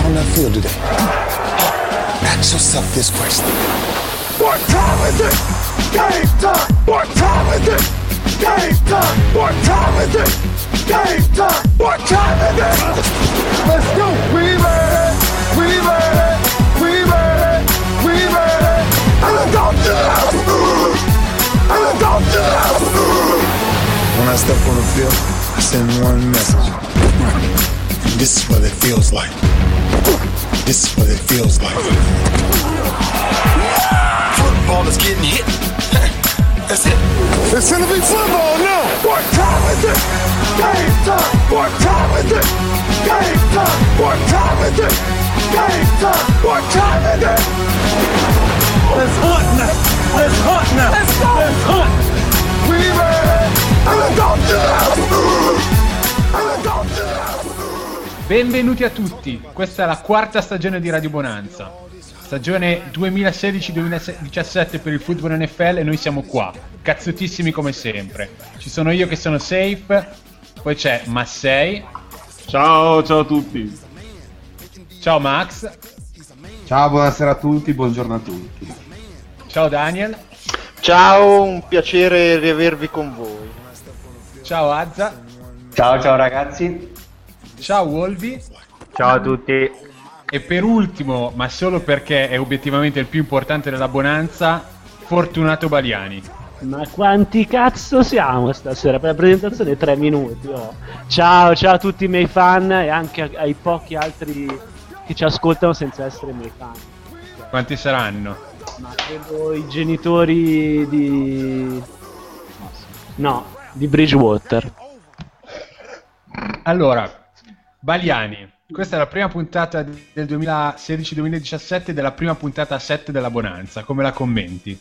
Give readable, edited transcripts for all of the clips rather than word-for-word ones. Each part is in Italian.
on that field today? Ask yourself this question. What time is it? Game time! What time is it? Game time! What time is it? Game time! What time is it? Let's go! We made it! We made it! We made it! We made it! And let's go to the house! And let's go to the house! When I step on the field, I send one message. This is what it feels like. This is what it feels like. Football is getting hit. That's it. It's gonna be football now. What time is it? Game time. What time is it? Game time. What time is it? Game time. What time is it? Let's hunt now. Let's hunt now. Let's go. Let's hunt. We made it. And let's go to the house. And let's go to the house. Benvenuti a tutti, questa è la quarta stagione di Radio Bonanza, stagione 2016-2017 per il football NFL e noi siamo qua, cazzutissimi come sempre. Ci sono io che sono Safe, poi c'è Massei. Ciao a tutti. Ciao Max. Ciao, buonasera a tutti, buongiorno a tutti. Ciao Daniel. Ciao, un piacere riavervi con voi. Ciao Azza. Ciao ragazzi. Ciao Wolvi. Ciao a tutti. E per ultimo, ma solo perché è obiettivamente il più importante della Bonanza, Fortunato Baliani. Ma quanti cazzo siamo stasera? Per la presentazione 3 minuti. Oh. Ciao a tutti i miei fan e anche ai pochi altri che ci ascoltano senza essere miei fan. Quanti saranno? Ma credo i genitori di Bridgewater. Allora, Baliani, questa è la prima puntata del 2016-2017 della prima puntata a 7 della Bonanza, come la commenti?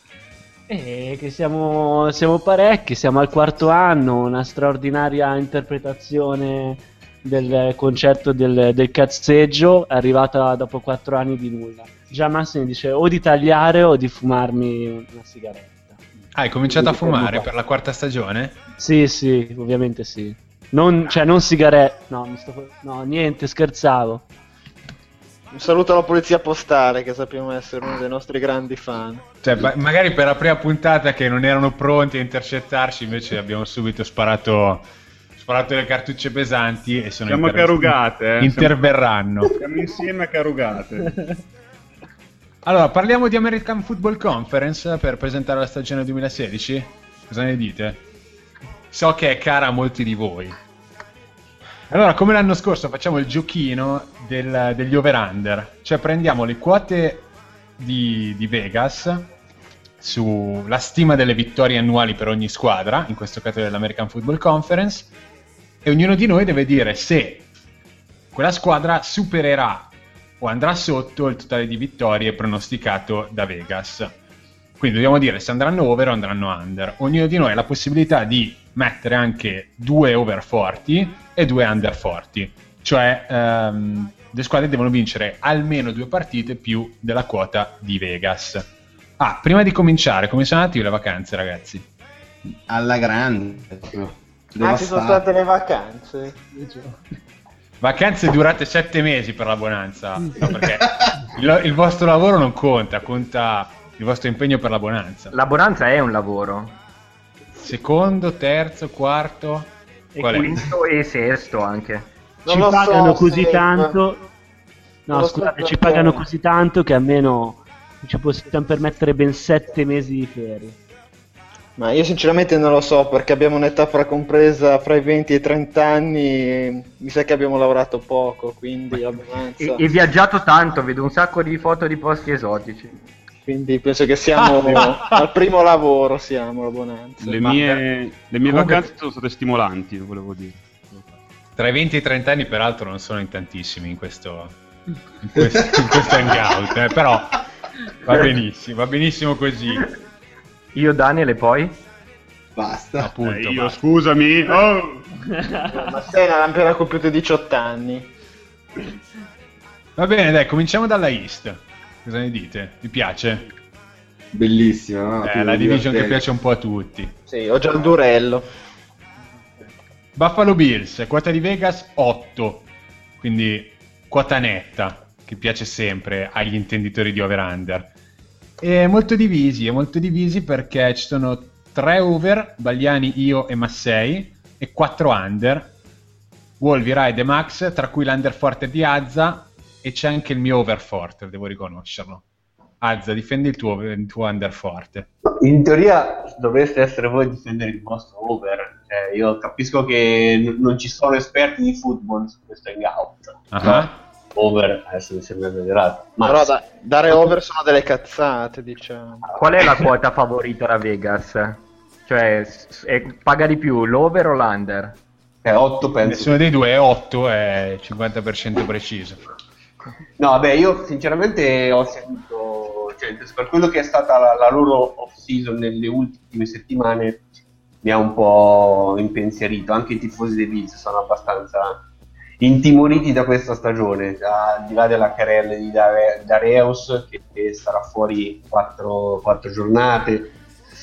Che siamo parecchi, siamo al quarto anno, una straordinaria interpretazione del concetto del cazzeggio è arrivata dopo 4 anni di nulla. Già Massimo dice o di tagliare o di fumarmi una sigaretta. Hai cominciato a fumare per la quarta stagione? Sì, ovviamente sì. Non sigarette, no, niente, scherzavo. Un saluto alla polizia postale, che sappiamo essere uno dei nostri grandi fan. Cioè, magari per la prima puntata che non erano pronti a intercettarci, invece abbiamo subito sparato le cartucce pesanti e sono siamo carugate, interverranno. Siamo insieme a carugate. Allora, parliamo di American Football Conference per presentare la stagione 2016. Cosa ne dite? So che è cara a molti di voi. Allora, come l'anno scorso facciamo il giochino degli over-under, cioè prendiamo le quote di Vegas sulla stima delle vittorie annuali per ogni squadra, in questo caso dell'American Football Conference, e ognuno di noi deve dire se quella squadra supererà o andrà sotto il totale di vittorie pronosticato da Vegas. Quindi dobbiamo dire se andranno over o andranno under. Ognuno di noi ha la possibilità di mettere anche 2 over forti e 2 under forti. Cioè le squadre devono vincere almeno 2 partite più della quota di Vegas. Prima di cominciare, come sono andate le vacanze, ragazzi? Alla grande. Ci sono state le vacanze. Vacanze durate 7 mesi per la Bonanza. No, perché il vostro lavoro non conta il vostro impegno per la Bonanza. La Bonanza è un lavoro. Secondo, terzo, quarto e quinto e sesto anche. Ci pagano così tanto. No, scusate, ci pagano così tanto che almeno ci possiamo permettere ben 7 mesi di ferie. Ma io sinceramente non lo so, perché abbiamo un'età compresa fra i 20 e i 30 anni e mi sa che abbiamo lavorato poco, quindi la Bonanza... E viaggiato tanto, vedo un sacco di foto di posti esotici. Quindi penso che siamo al primo lavoro, siamo la Bonanza. Le mie vacanze sono state stimolanti, volevo dire. Tra i 20 e i 30 anni peraltro non sono in tantissimi in questo hangout, però va benissimo così. Io Daniel e poi? Basta. Appunto, io basta. scusami. Oh! Ma sei una appena compiuto 18 anni. Va bene, dai, cominciamo dalla East. Cosa ne dite? Vi piace? Bellissima, no? La division che piace un po' a tutti. Sì, ho già il durello. Buffalo Bills, quota di Vegas 8. Quindi quota netta, che piace sempre agli intenditori di over-under. È molto divisi perché ci sono 3 over, Bagliani, io e Massei, e 4 under, Wolvi, Ride e Max, tra cui l'under forte di Azza, e c'è anche il mio over forte, devo riconoscerlo. Azza, difendi il tuo under forte. In teoria dovreste essere voi a difendere il vostro over. Io capisco che non ci sono esperti di football su questo hangout. Over, adesso mi sembra esagerato. Però dare over sono delle cazzate, diciamo. Qual è la quota favorita da Vegas? Cioè, paga di più l'over o l'under? 8 penso. Nessuno dei due è 8, è 50% preciso. No, vabbè, io sinceramente ho seguito, cioè, per quello che è stata la loro off-season nelle ultime settimane, mi ha un po' impensierito. Anche i tifosi dei Bills sono abbastanza intimoriti da questa stagione, al di là della querela di Dareus che sarà fuori 4 giornate,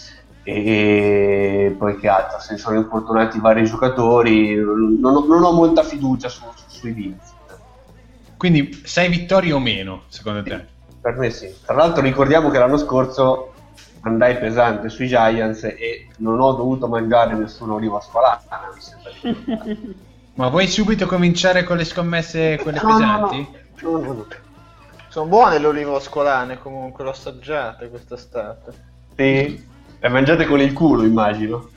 e poi che altro, se sono infortunati vari giocatori, non ho molta fiducia sui Bills. Quindi 6 vittorie o meno, secondo te? Per me sì. Tra l'altro ricordiamo che l'anno scorso andai pesante sui Giants e non ho dovuto mangiare nessun olivo a spalata, mi sembra di Ma vuoi subito cominciare con le scommesse, quelle pesanti? No. Sono buone le olive oscolane, comunque, l'ho assaggiate quest'estate. Sì, le mangiate con il culo, immagino.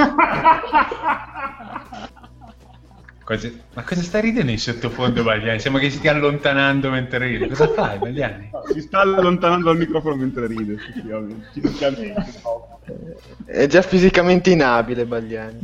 Ma cosa stai ridendo in sottofondo, Bagliani? Sembra che si stia allontanando mentre ridi. Cosa fai, Bagliani? Si sta allontanando dal microfono mentre ride, effettivamente. È già fisicamente inabile, Bagliani.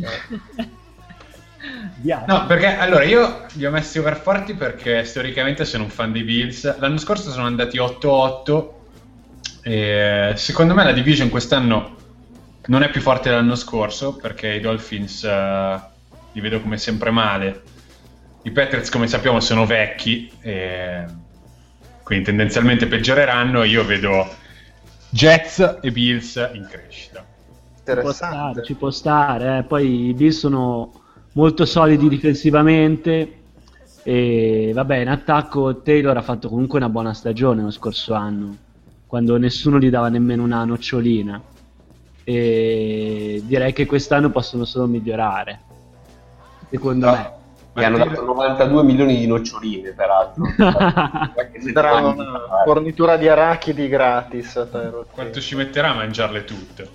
No, perché allora io li ho messi over forti perché storicamente sono un fan dei Bills. L'anno scorso sono andati 8-8 e secondo me la division quest'anno non è più forte dell'anno scorso perché i Dolphins li vedo come sempre male. I Patriots, come sappiamo, sono vecchi e quindi tendenzialmente peggioreranno. Io vedo Jets e Bills in crescita. Ci può stare. Poi i Bills sono molto solidi difensivamente e vabbè, in attacco Taylor ha fatto comunque una buona stagione lo scorso anno, quando nessuno gli dava nemmeno una nocciolina, e direi che quest'anno possono solo migliorare, secondo me. Mi hanno dato 92 milioni di noccioline, peraltro. Darà una fornitura di arachidi gratis a Taylor. Quanto ci metterà a mangiarle tutte?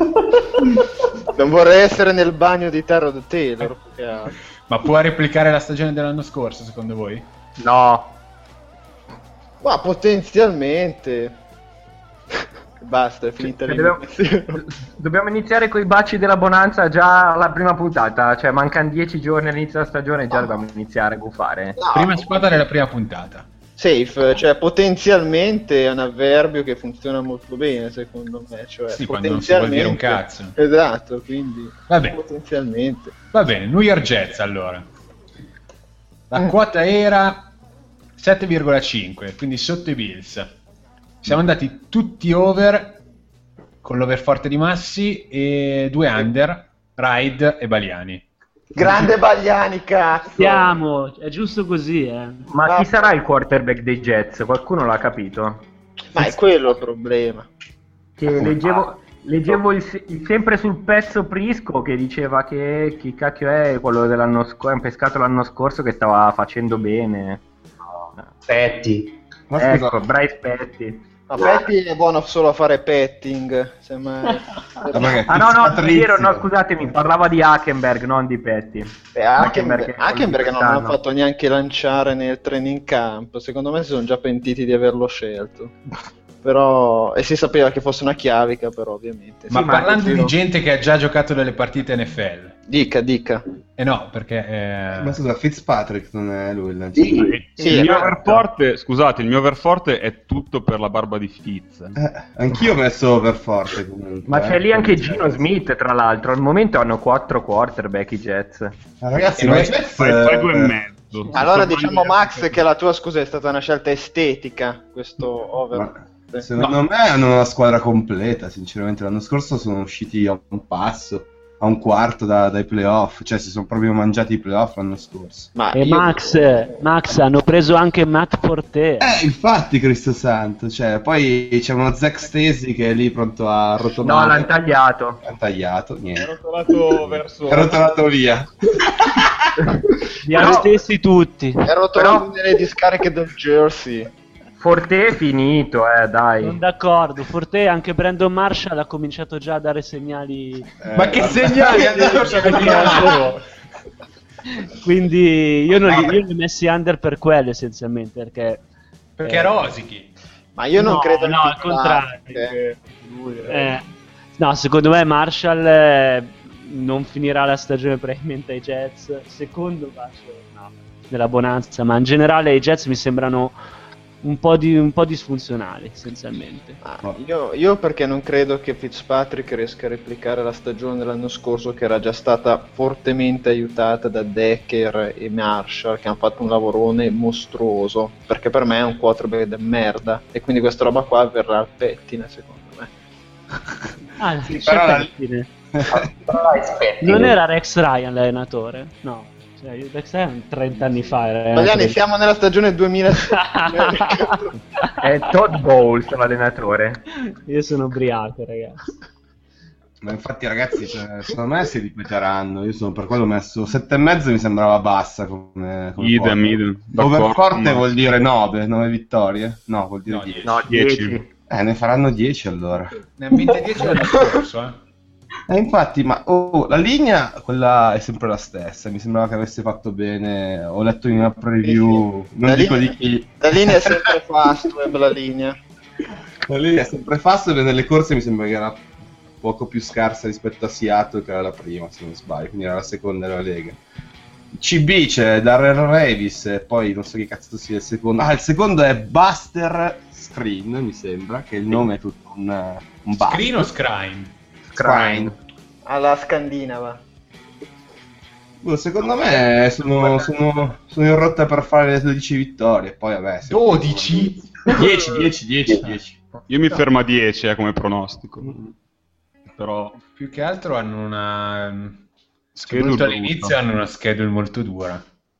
Non vorrei essere nel bagno di Tyrod Taylor. Ma può replicare la stagione dell'anno scorso, secondo voi? No. Ma potenzialmente. Basta, è finita Dobbiamo iniziare con i baci della bonanza già alla prima puntata. Cioè, mancano 10 giorni all'inizio della stagione e già dobbiamo iniziare a gufare. No, prima squadra della prima puntata. Safe, cioè potenzialmente è un avverbio che funziona molto bene, secondo me. Cioè, sì, quando non si vuol dire un cazzo. Esatto, quindi vabbè. Potenzialmente. Va bene, New York Jets allora. La quota era 7,5, quindi sotto i Bills. Siamo andati tutti over con l'over forte di Massi e 2 under, Ride e Bagliani. Grande Bagliani, cazzo! Siamo, è giusto così, Ma chi sarà il quarterback dei Jets? Qualcuno l'ha capito? Ma è quello il problema. Che leggevo sempre sul pezzo Prisco che diceva che chi cacchio è quello dell'anno scorso, pescato l'anno scorso, che stava facendo bene. Petty. Ecco, Bryce Petty. Ma Petty è buono solo a fare petting. No, vero, no, scusatemi, parlava di Hackenberg, non di Petty. Hackenberg non l'ha fatto neanche lanciare nel training camp. Secondo me si sono già pentiti di averlo scelto. Però, e si sapeva che fosse una chiavica, però ovviamente. Ma parlando di gente che ha già giocato delle partite NFL. Dica. No, perché... Ma scusa, Fitzpatrick non è lui il lanciatore? Sì, il mio overforte, scusate, il mio overforte è tutto per la barba di Fitz. Anch'io ho messo overforte comunque. Ma c'è lì anche Gino Smith, tra l'altro. Al momento hanno 4 quarterback i Jets. Ragazzi, fai 2,5. Allora diciamo, Max, che la tua, scusa, è stata una scelta estetica, questo over. Secondo me hanno una squadra completa, sinceramente. L'anno scorso sono usciti a un passo. a un quarto dai playoff, cioè si sono proprio mangiati i playoff l'anno scorso. E Max hanno preso anche Matt Forte. Infatti, Cristo santo, cioè poi c'è uno Zach Stasi che è lì pronto a rotonare. No, l'hanno tagliato. L'hanno tagliato, niente. È rotolato verso... È rotolato via. Li hanno stessi tutti. È rotolato nelle discariche del Jersey. Forte è finito, dai. Sono d'accordo. Forte, anche Brandon Marshall ha cominciato già a dare segnali. Ma che segnali? Quindi io li ho messi under per quello essenzialmente, perché rosichi. Ma io non credo no, al contrario. No, secondo me Marshall non finirà la stagione probabilmente ai Jets. Secondo Marshall no, nella bonanza, ma in generale i Jets mi sembrano un po' disfunzionali essenzialmente. Io perché non credo che Fitzpatrick riesca a replicare la stagione dell'anno scorso, che era già stata fortemente aiutata da Decker e Marshall, che hanno fatto un lavorone mostruoso, perché per me è un quarterback de merda, e quindi questa roba qua verrà al pettine secondo me. Sì, però non era Rex Ryan l'allenatore? No. Rex Ryan 30 anni fa era Bagliani, siamo nella stagione 2006. È Todd Bowles l'allenatore. Io sono ubriaco, ragazzi. Ma infatti ragazzi, secondo me si ripeteranno. Io sono per quello ho messo 7,5, mi sembrava bassa come idem. Overforte vuol dire 9 vittorie? No, vuol dire 10. No, 10. Ne faranno 10 allora. Ne ha vinte 10 l'anno scorso, Infatti, ma la linea, quella è sempre la stessa. Mi sembrava che avesse fatto bene. Ho letto in una preview. Non dico di chi. La linea è sempre Fastweb, la linea. La linea è sempre Fastweb, e nelle corse mi sembra che era poco più scarsa rispetto a Seattle, che era la prima, se non sbaglio, quindi era la seconda della Lega. CB c'è Darrell Revis, e poi non so che cazzo sia il secondo. Il secondo è Buster Screen, mi sembra, che il nome è tutto un Screen o Scrine? Scrine. Alla scandinava. Secondo me sono in rotta per fare le 12 vittorie. Poi vabbè, 12? 10. Io mi fermo a 10 come pronostico. Però più che altro hanno una schedule all'inizio hanno una schedule molto dura.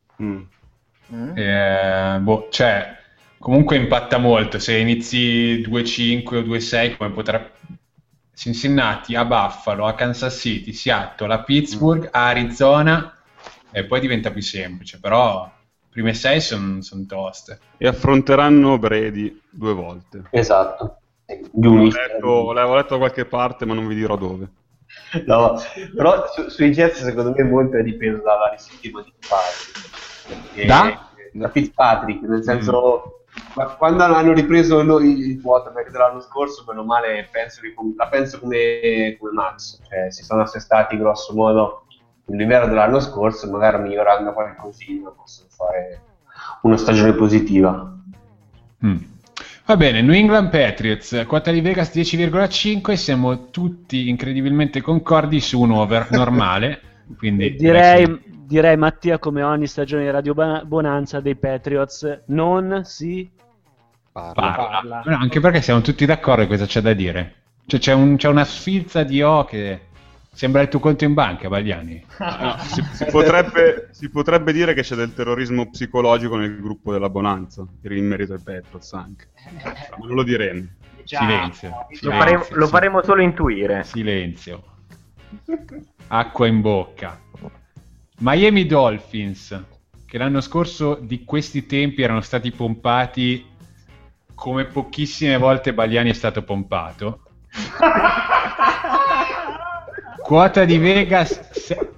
Cioè comunque impatta molto se inizi 2-5 o 2-6, come potrebbe Cincinnati, a Buffalo, a Kansas City, Seattle, a Pittsburgh, a Arizona, e poi diventa più semplice, però prime 6 sono toste. E affronteranno Brady 2 volte. Esatto. L'avevo letto da qualche parte, ma non vi dirò dove. No, però sui Jets secondo me molto è dipeso dalla ricettiva di Fitzpatrick. Da Fitzpatrick, nel senso... Quando hanno ripreso il quarterback dell'anno scorso, meno male la penso come Max, cioè si sono assestati grosso modo nell'inverno dell'anno scorso, magari migliorando qualcosina possono fare una stagione positiva. Va bene, New England Patriots, quota di Vegas 10,5, siamo tutti incredibilmente concordi su un over normale, quindi direi Mattia, come ogni stagione di Radio Bonanza dei Patriots, non si parla. No, anche perché siamo tutti d'accordo, cosa c'è da dire? Cioè c'è una sfilza di che sembra il tuo conto in banca, Bagliani. No, si potrebbe dire che c'è del terrorismo psicologico nel gruppo della Bonanza, per il merito ai Patriots anche. Ma non lo diremo. Silenzio. Lo faremo solo intuire. Silenzio. Acqua in bocca. Miami Dolphins, che l'anno scorso di questi tempi erano stati pompati come pochissime volte Bagliani è stato pompato. Quota di Vegas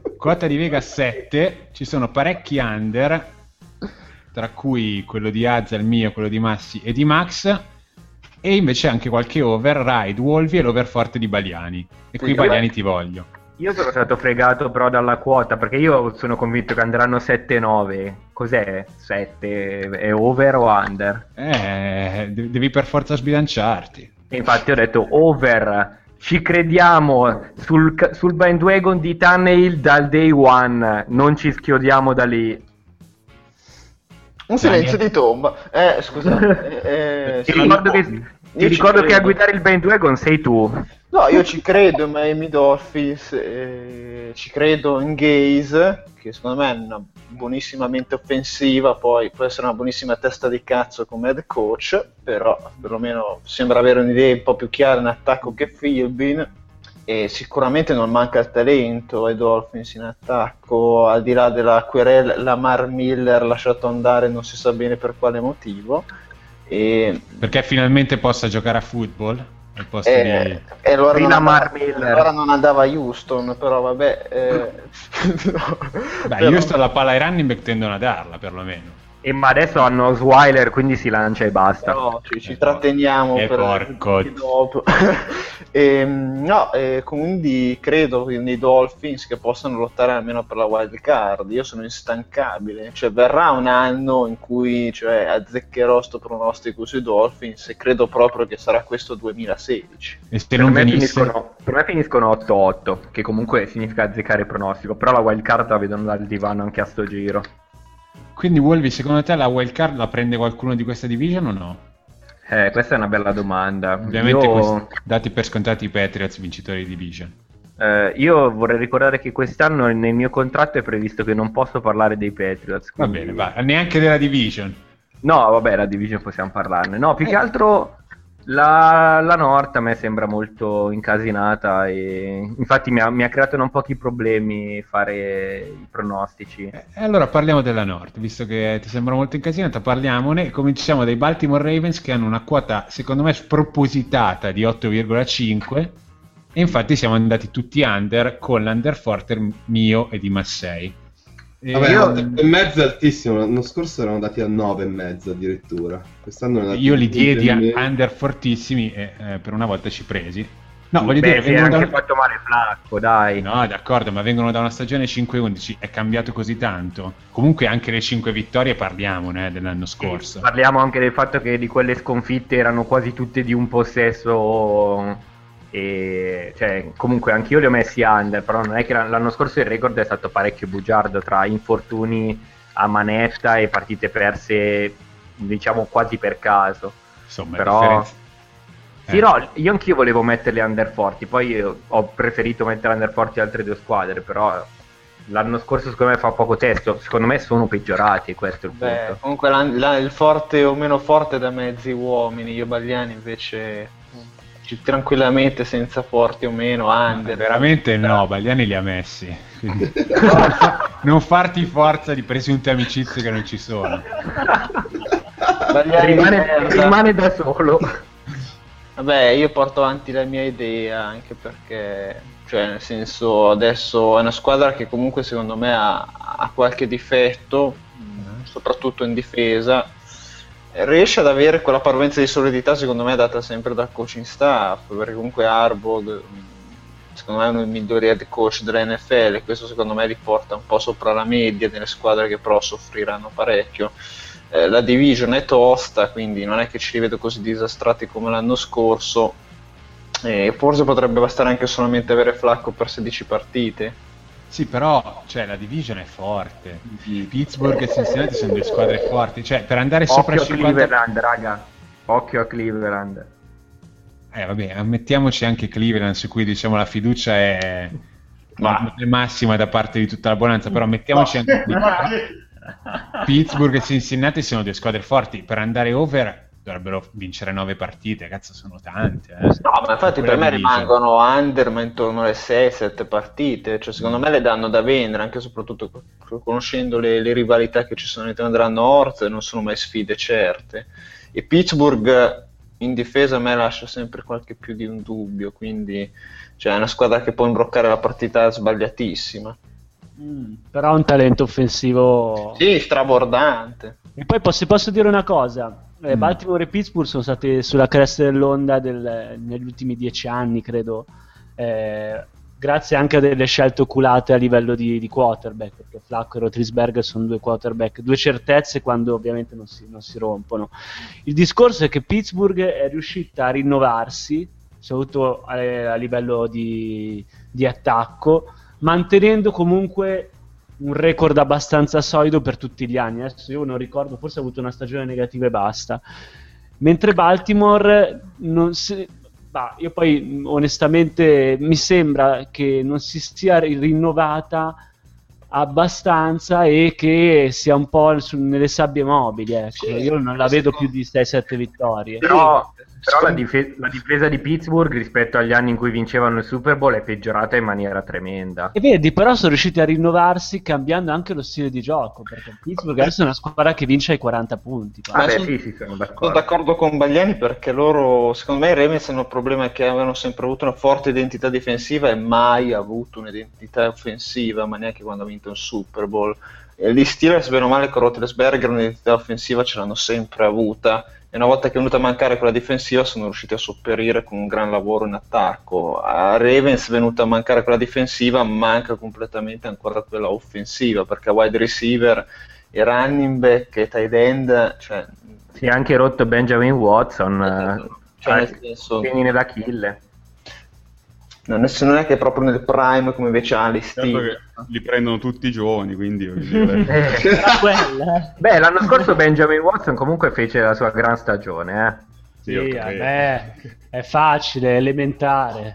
7, ci sono parecchi under, tra cui quello di Azza, il mio, quello di Massi e di Max, e invece anche qualche over, Ride, Wolvi e l'over forte di Bagliani. E qui Bagliani ti voglio. Io sono stato fregato però dalla quota, perché io sono convinto che andranno 7-9. Cos'è? 7? È over o under? Devi per forza sbilanciarti. E infatti ho detto over. Ci crediamo sul bandwagon di Tannehill dal day one. Non ci schiodiamo da lì. Un silenzio di tomba. Scusa. Ti ricordo che Ti ricordo che a guidare il bandwagon sei tu. No, io ci credo in Miami Dolphins, ci credo in Gaze, che secondo me è una buonissima mente offensiva, poi può essere una buonissima testa di cazzo come head coach, però perlomeno sembra avere un'idea un po' più chiara in attacco che Philbin, e sicuramente non manca il talento ai Dolphins in attacco, al di là della querela Lamar Miller lasciato andare non si sa bene per quale motivo. Perché finalmente possa giocare a football al posto di... allora non andava a Houston, però vabbè. No. Beh, Houston la palla ai running back tendono a darla perlomeno. Ma adesso hanno Osweiler, quindi si lancia e basta. No, ci tratteniamo per dopo. Quindi credo nei Dolphins che possano lottare almeno per la wild card. Io sono instancabile, cioè verrà un anno in cui azzeccherò sto pronostico sui Dolphins e credo proprio che sarà questo 2016. E se non per me finiscono 8-8, che comunque significa azzeccare il pronostico, però la wild card la vedono dal divano anche a sto giro. Quindi Wolvi, secondo te la wild card la prende qualcuno di questa division o no? Questa è una bella domanda. Ovviamente dati per scontati i Patriots vincitori di division. Io vorrei ricordare che quest'anno nel mio contratto è previsto che non posso parlare dei Patriots. Quindi... Va bene, neanche della division. No, vabbè, la division possiamo parlarne. No, più che altro la North a me sembra molto incasinata e infatti mi ha creato non pochi problemi fare i pronostici. Allora parliamo della North, visto che ti sembra molto incasinata, parliamone. Cominciamo dai Baltimore Ravens che hanno una quota secondo me spropositata di 8,5 e infatti siamo andati tutti under con l'under forte mio e di Massei. Vabbè, 8,5 è altissimo. L'anno scorso erano andati a 9,5 addirittura. Quest'anno io li diedi a under fortissimi e per una volta ci presi. No, voglio dire, vengono anche fatto male Flacco, dai. No, d'accordo, ma vengono da una stagione 5-11, è cambiato così tanto. Comunque anche le 5 vittorie parliamone dell'anno scorso. Parliamo anche del fatto che di quelle sconfitte erano quasi tutte di un possesso. E cioè comunque anch'io li ho messi under, però non è che l'anno scorso il record è stato parecchio bugiardo tra infortuni a manetta e partite perse diciamo quasi per caso. Insomma, però sì, no, io anch'io volevo metterli under forti, poi ho preferito mettere under forti altre due squadre, però l'anno scorso secondo me fa poco testo, secondo me sono peggiorati, questo è il punto. Comunque il forte o meno forte da mezzi uomini, io Bagliani invece tranquillamente senza forti o meno under. Veramente no, Bagliani li ha messi. Quindi non farti forza di presunte amicizie che non ci sono. Rimane da solo. Vabbè, io porto avanti la mia idea anche perché, cioè nel senso, adesso è una squadra che comunque secondo me ha qualche difetto, soprattutto in difesa. Riesce ad avere quella parvenza di solidità secondo me data sempre dal coaching staff, perché comunque Harbaugh secondo me è uno dei migliori head coach dell'NFL e questo secondo me li porta un po' sopra la media delle squadre che però soffriranno parecchio. La division è tosta, quindi non è che ci rivedo così disastrati come l'anno scorso, forse potrebbe bastare anche solamente avere Flacco per 16 partite. Sì, però cioè, la division è forte. Pittsburgh e Cincinnati sono due squadre forti. Cioè, per andare sopra il 50... Cleveland, raga. Occhio a Cleveland. Vabbè, ammettiamoci anche Cleveland, su cui diciamo la fiducia è massima da parte di tutta la buonanza, però mettiamoci anche Pittsburgh e Cincinnati sono due squadre forti. Per andare over dovrebbero vincere 9 partite, cazzo sono tante. No, ma infatti per me rimangono under ma intorno alle 6-7 partite, cioè secondo me le danno da vendere, anche e soprattutto conoscendo le rivalità che ci sono all'interno della North, non sono mai sfide certe. E Pittsburgh in difesa a me lascia sempre qualche più di un dubbio, quindi cioè, è una squadra che può imbroccare la partita sbagliatissima. Però ha un talento offensivo strabordante. E poi posso dire una cosa, Baltimore e Pittsburgh sono state sulla cresta dell'onda negli ultimi 10 anni credo, grazie anche a delle scelte oculate a livello di quarterback, perché Flacco e Roethlisberger sono due quarterback, due certezze quando ovviamente non si rompono. Il discorso è che Pittsburgh è riuscita a rinnovarsi soprattutto a livello di attacco, mantenendo comunque un record abbastanza solido per tutti gli anni. Adesso io non ricordo, forse ha avuto una stagione negativa e basta. mentre Baltimore non si... io poi onestamente mi sembra che non si sia rinnovata abbastanza e che sia un po' nelle sabbie mobili, ecco. Sì, Io non la vedo più di 6-7 vittorie. Però la difesa di Pittsburgh rispetto agli anni in cui vincevano il Super Bowl è peggiorata in maniera tremenda. E vedi, però sono riusciti a rinnovarsi cambiando anche lo stile di gioco, perché Pittsburgh adesso è una squadra che vince ai 40 punti. Sì, sono d'accordo. Sono d'accordo con Bagliani, perché loro, secondo me, i Ravens hanno il problema che avevano sempre avuto una forte identità difensiva e mai avuto un'identità offensiva, ma neanche quando ha vinto il Super Bowl. E gli Steelers, bene o male, con Roethlisberger un'identità offensiva ce l'hanno sempre avuta, e una volta che è venuta a mancare quella difensiva sono riusciti a sopperire con un gran lavoro in attacco. A Ravens è venuta a mancare quella difensiva, manca completamente ancora quella offensiva, perché wide receiver e running back e tight end, cioè... Si è anche rotto Benjamin Watson, nel senso, tenine d'Achille. non è che è proprio nel prime come invece Alice Certo che li prendono tutti i giovani, quindi Beh, l'anno scorso Benjamin Watson comunque fece la sua gran stagione, Sì, vabbè, è facile, è elementare.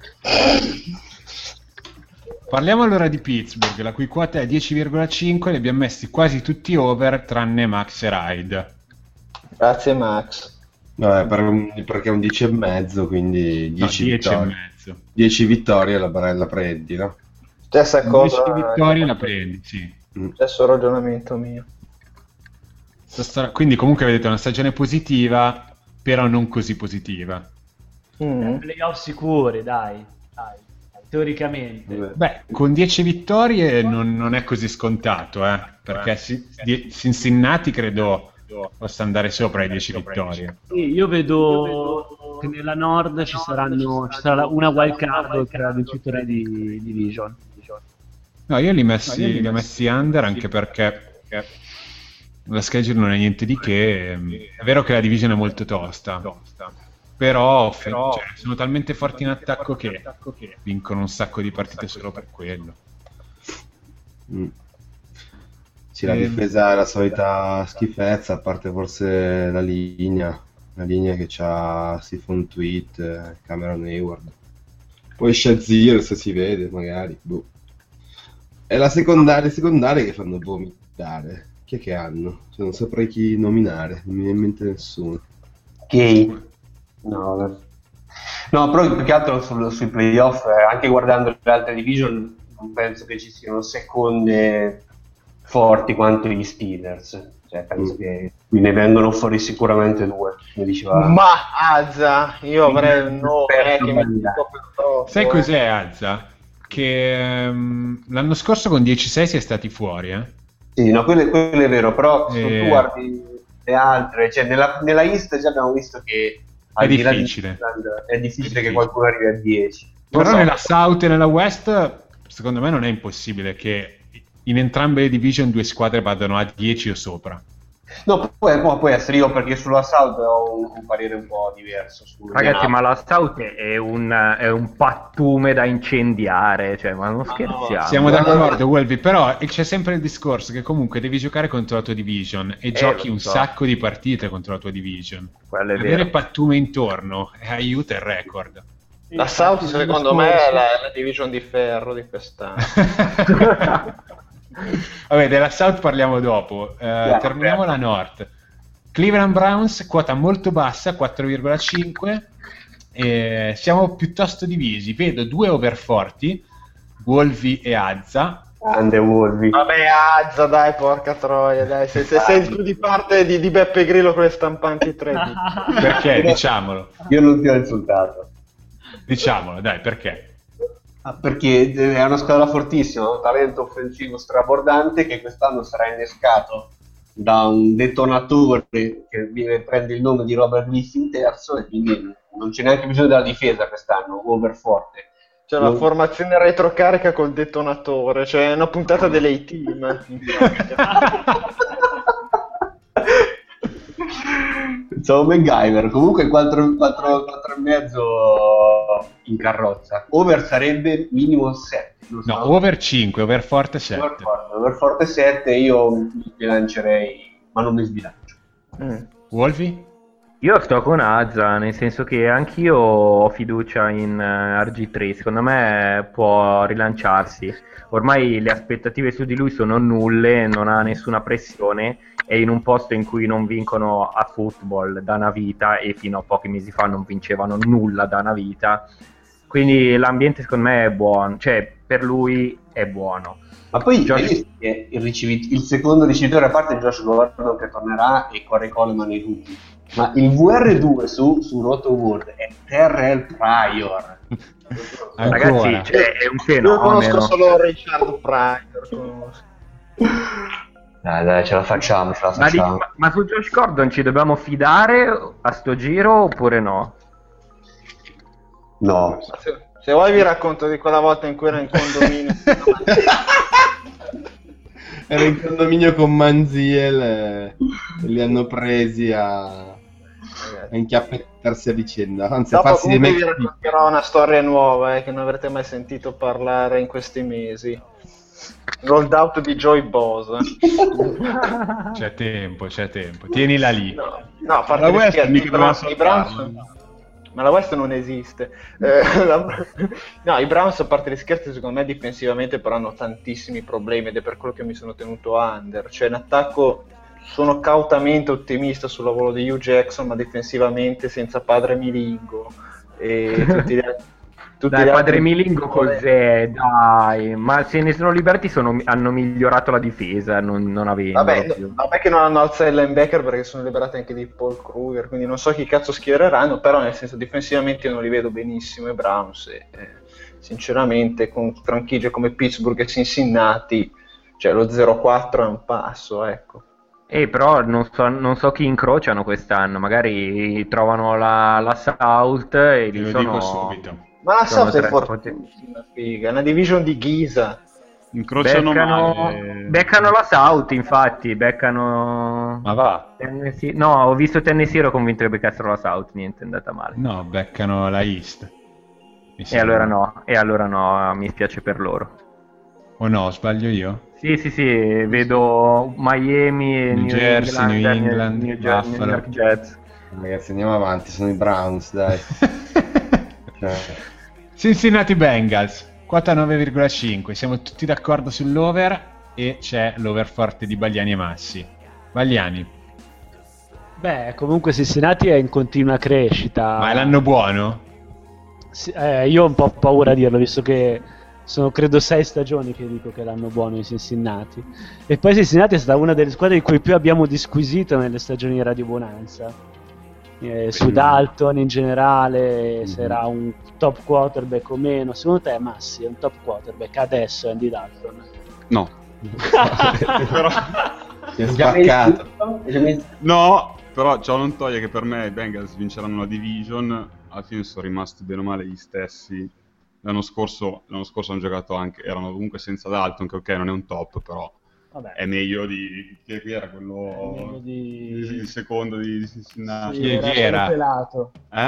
Parliamo allora di Pittsburgh, la cui quota è 10,5, li abbiamo messi quasi tutti over tranne Max e Ride. Grazie Max. No, perché è un 10,5, quindi 10 vittorie. 10,5. 10 vittorie la prendi, no? Stessa cosa. 10 vittorie la prendi, sì. Stesso ragionamento mio. Quindi comunque vedete una stagione positiva, però non così positiva. Playoff sicuri, dai, teoricamente. Beh, con 10 vittorie non è così scontato, perché Cincinnati credo possa andare sopra i 10 vittorie. Sì, io vedo che nella Nord ci sarà una wild card oltre al vincitore di Division. No, io li ho messi under anche perché la schedule non è niente di che. È vero che la Division è molto tosta, però sono talmente forti in attacco che vincono un sacco di partite solo per quello. Sì, la difesa è la solita schifezza, a parte forse la linea che c'ha Stephon Tweet, Cameron Hayward. Poi Shazier, se si vede, magari. Boh. È le secondarie che fanno vomitare. Chi è che hanno? Cioè, non saprei chi nominare, non mi viene in mente nessuno. No, però più che altro sui playoff, anche guardando le altre division, non penso che ci siano seconde forti quanto gli Steelers. Cioè, penso che ne vengono fuori sicuramente due, come diceva. Ma Azza, io avrei un nome che mi dico per troppo. Sai cos'è Azza? Che l'anno scorso con 10-6 si è stati fuori, Sì, no, quello è vero, però se tu guardi le altre, cioè nella East già abbiamo visto che è difficile. È difficile che qualcuno arrivi a 10. Però nella South e nella West, secondo me non è impossibile che in entrambe le division due squadre vadano a 10 o sopra. No, può essere, io perché sulla South ho un parere un po' diverso. Ragazzi, ma la South è un pattume da incendiare, cioè, ma non scherziamo. Siamo d'accordo, Wolvi, però c'è sempre il discorso che comunque devi giocare contro la tua division e giochi un sacco di partite contro la tua division. Avere pattume intorno aiuta il record. La South secondo me è la division di ferro di quest'anno. Vabbè, della South parliamo dopo. Terminiamo la North. Cleveland Browns, quota molto bassa, 4,5. Siamo piuttosto divisi. Vedo due overforti, Wolvi e Azza. Grande Wolvi. Vabbè, Azza, dai, porca troia, dai. Se sei più di parte di Beppe Grillo con le stampanti 3. Perché? Diciamolo. Io non ti ho insultato. Diciamolo, dai, perché? Perché è una squadra fortissima, un talento offensivo strabordante che quest'anno sarà innescato da un detonatore che prende il nome di Robert Griffin terzo, e quindi non c'è neanche bisogno della difesa quest'anno, overforte. C'è la formazione retrocarica col detonatore, cioè una puntata delle team. Ciao MacGyver, comunque 4,5 in carrozza. Over sarebbe minimo 7. No, over 5, over forte 7. Over forte 7, io mi sbilancerei, ma non mi sbilancio. Wolvi? Io sto con Azza, nel senso che anch'io ho fiducia in RG3, secondo me può rilanciarsi. Ormai le aspettative su di lui sono nulle, non ha nessuna pressione, è in un posto in cui non vincono a football da una vita e fino a pochi mesi fa non vincevano nulla da una vita. Quindi l'ambiente secondo me è buono, cioè per lui è buono. Ma poi Josh- il secondo ricevitore, a parte Josh Gordon che tornerà e Corey Coleman in tutti, ma il VR2 su Roto World è Terrell Pryor. Ragazzi, cioè, è un Io conosco fenomeno. solo Richard Pryor. conosco. Dai, ce la facciamo. Ma su Josh Gordon ci dobbiamo fidare a sto giro oppure no? No. Se vuoi vi racconto di quella volta in cui era in condominio. Era in condominio con Manziel e li hanno presi a inchiappettarsi a vicenda. Anzi, a Dopo farsi dei comunque vi mezzi. racconterò una storia nuova che non avrete mai sentito parlare in questi mesi. Rolled out di Joy Bosa. C'è tempo. Tienila lì. No, a parte La gli West scherzi, mica doveva i Browns, saltarla. ma la West non esiste. No, i Browns, a parte gli scherzi, secondo me difensivamente però hanno tantissimi problemi ed è per quello che mi sono tenuto under. Cioè in attacco sono cautamente ottimista sul lavoro di Hugh Jackson, ma difensivamente senza padre Milingo e tutti Dai, gli padre altri- Milingo cos'è? Dai, ma se ne sono liberati hanno migliorato la difesa, non avendolo più. Vabbè che non hanno alzato il linebacker perché sono liberati anche di Paul Kruger, quindi non so chi cazzo schiereranno, però nel senso difensivamente io non li vedo benissimo i Browns e sinceramente con franchigie come Pittsburgh e Cincinnati, cioè lo 0-4 è un passo, ecco. Però non so chi incrociano quest'anno, magari trovano la South e Te lì lo sono... dico subito. Ma la Sono South è tre fortissima, figa, è una division di Ghisa. Incrociano male. Beccano la South, infatti, beccano... Ma va. Tennessee. No, ho visto Tennessee, ero convinto che beccassero la South, niente, è andata male. No, beccano la East. Mi E sembra. allora no, mi spiace per loro. O no, sbaglio io? Sì, vedo Miami e New Jersey, New England, New Buffalo. York Jets. Ragazzi, andiamo avanti, sono i Browns, dai. Cioè, Cincinnati Bengals, quota 9,5. Siamo tutti d'accordo sull'over e c'è l'over forte di Bagliani e Massi. Bagliani, Beh, comunque Cincinnati è in continua crescita. ma è l'anno buono? Io ho un po' paura a dirlo, visto che sono credo 6 stagioni che dico che è l'anno buono in Cincinnati. E poi Cincinnati è stata una delle squadre di cui più abbiamo disquisito nelle stagioni di Radio Bonanza. Su Dalton in generale, se era un top quarterback o meno. Secondo te, Massi, è un top quarterback adesso Andy Dalton? No. Però... si è spaccato. No, però ciò non toglie che per me i Bengals vinceranno la division. Alla fine sono rimasti bene o male gli stessi. L'anno scorso hanno giocato anche, erano comunque senza Dalton, che ok non è un top, però Vabbè. è meglio di chi era quello il secondo di Cincinnati. Chi era? Pelato.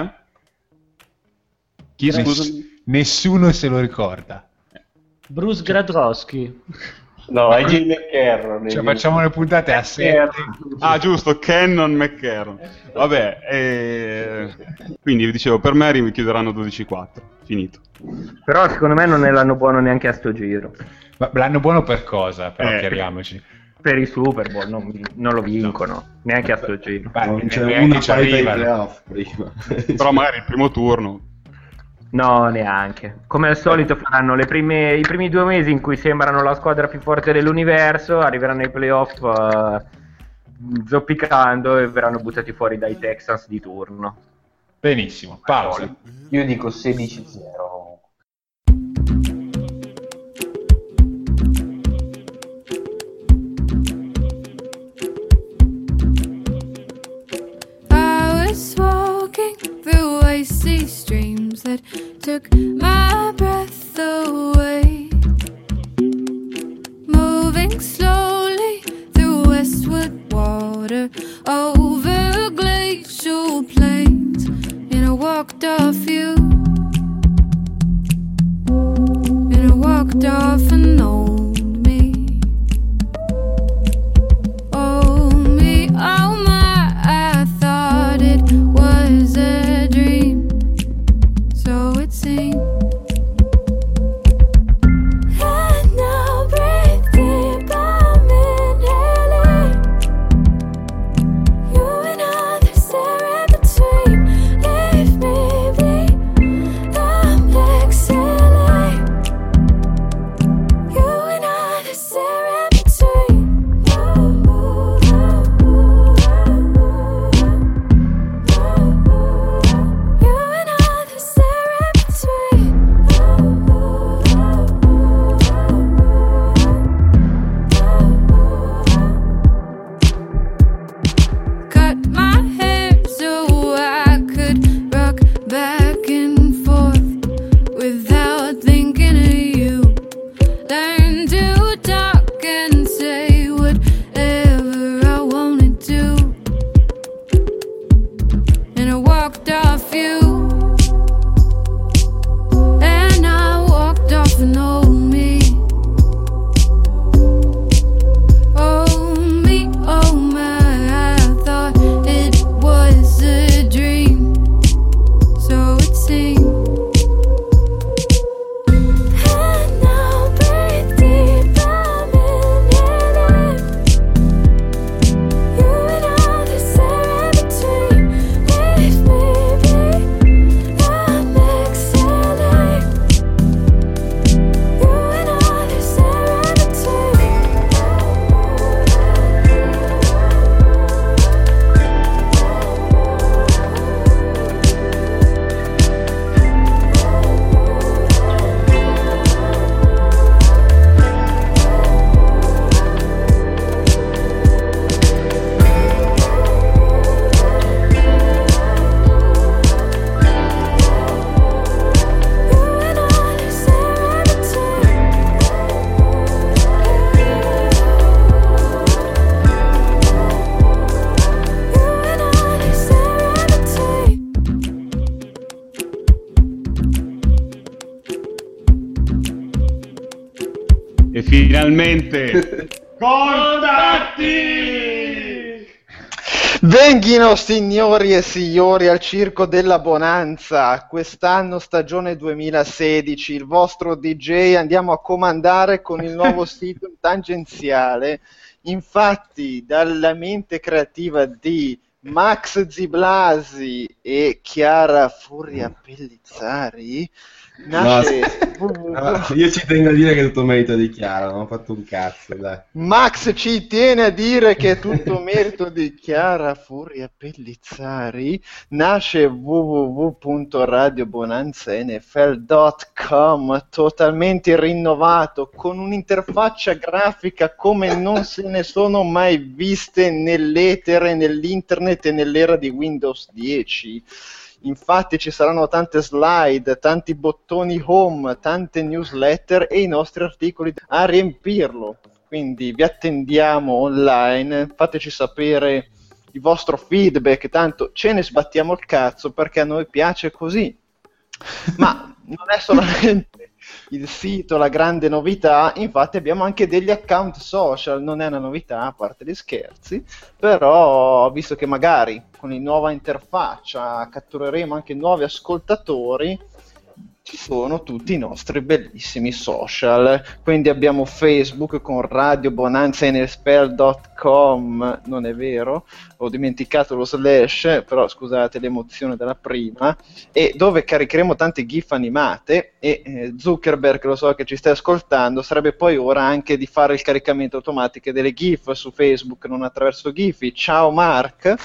Chi scusa? Nessuno se lo ricorda. Bruce Gradrowski. No, è Jim McCarron. Cioè, facciamo le puntate a 7. Ah, giusto, Cannon McCarron. Vabbè, quindi dicevo, per me chiuderanno 12-4. Finito. Però secondo me non è l'anno buono neanche a sto giro. Ma l'anno buono per cosa? Però chiariamoci. Per i Super Bowl non lo vincono, neanche a sto giro. Non c'è neanche una ci parità di arrivano. playoff prima. Però magari il primo turno. No, neanche. Come al solito faranno i primi 2 mesi in cui sembrano la squadra più forte dell'universo, arriveranno ai playoff zoppicando e verranno buttati fuori dai Texans di turno. Benissimo, pausa. Io dico 16-0. I was walking through icy streams that took my breath away, moving slowly through westward water over glacial plains, and I walked off you, and I walked off an old me. Oh me, oh my, I thought it Finalmente! Venghino signori e signori al Circo della Bonanza, quest'anno stagione 2016, il vostro DJ andiamo a comandare con il nuovo sito tangenziale. Infatti dalla mente creativa di Max Ziblasi e Chiara Furia Pellizzari nasce io ci tengo a dire che è tutto merito di Chiara, non ho fatto un cazzo, dai. Max ci tiene a dire che è tutto merito di Chiara Furia Pellizzari. Nasce www.radiobonanzanfl.com, totalmente rinnovato, con un'interfaccia grafica come non se ne sono mai viste nell'etere, nell'internet e nell'era di Windows 10. Infatti ci saranno tante slide, tanti bottoni home, tante newsletter e i nostri articoli a riempirlo. Quindi vi attendiamo online, fateci sapere il vostro feedback, tanto ce ne sbattiamo il cazzo perché a noi piace così. Ma non è solamente il sito la grande novità, infatti abbiamo anche degli account social, non è una novità a parte gli scherzi, però visto che magari con la nuova interfaccia cattureremo anche nuovi ascoltatori, ci sono tutti i nostri bellissimi social. Quindi abbiamo Facebook con radiobonanzanfl.com, non è vero, ho dimenticato lo slash, però scusate l'emozione della prima, e dove caricheremo tante gif animate e Zuckerberg, lo so che ci stai ascoltando, sarebbe poi ora anche di fare il caricamento automatico delle gif su Facebook, non attraverso Giphy. Ciao Mark.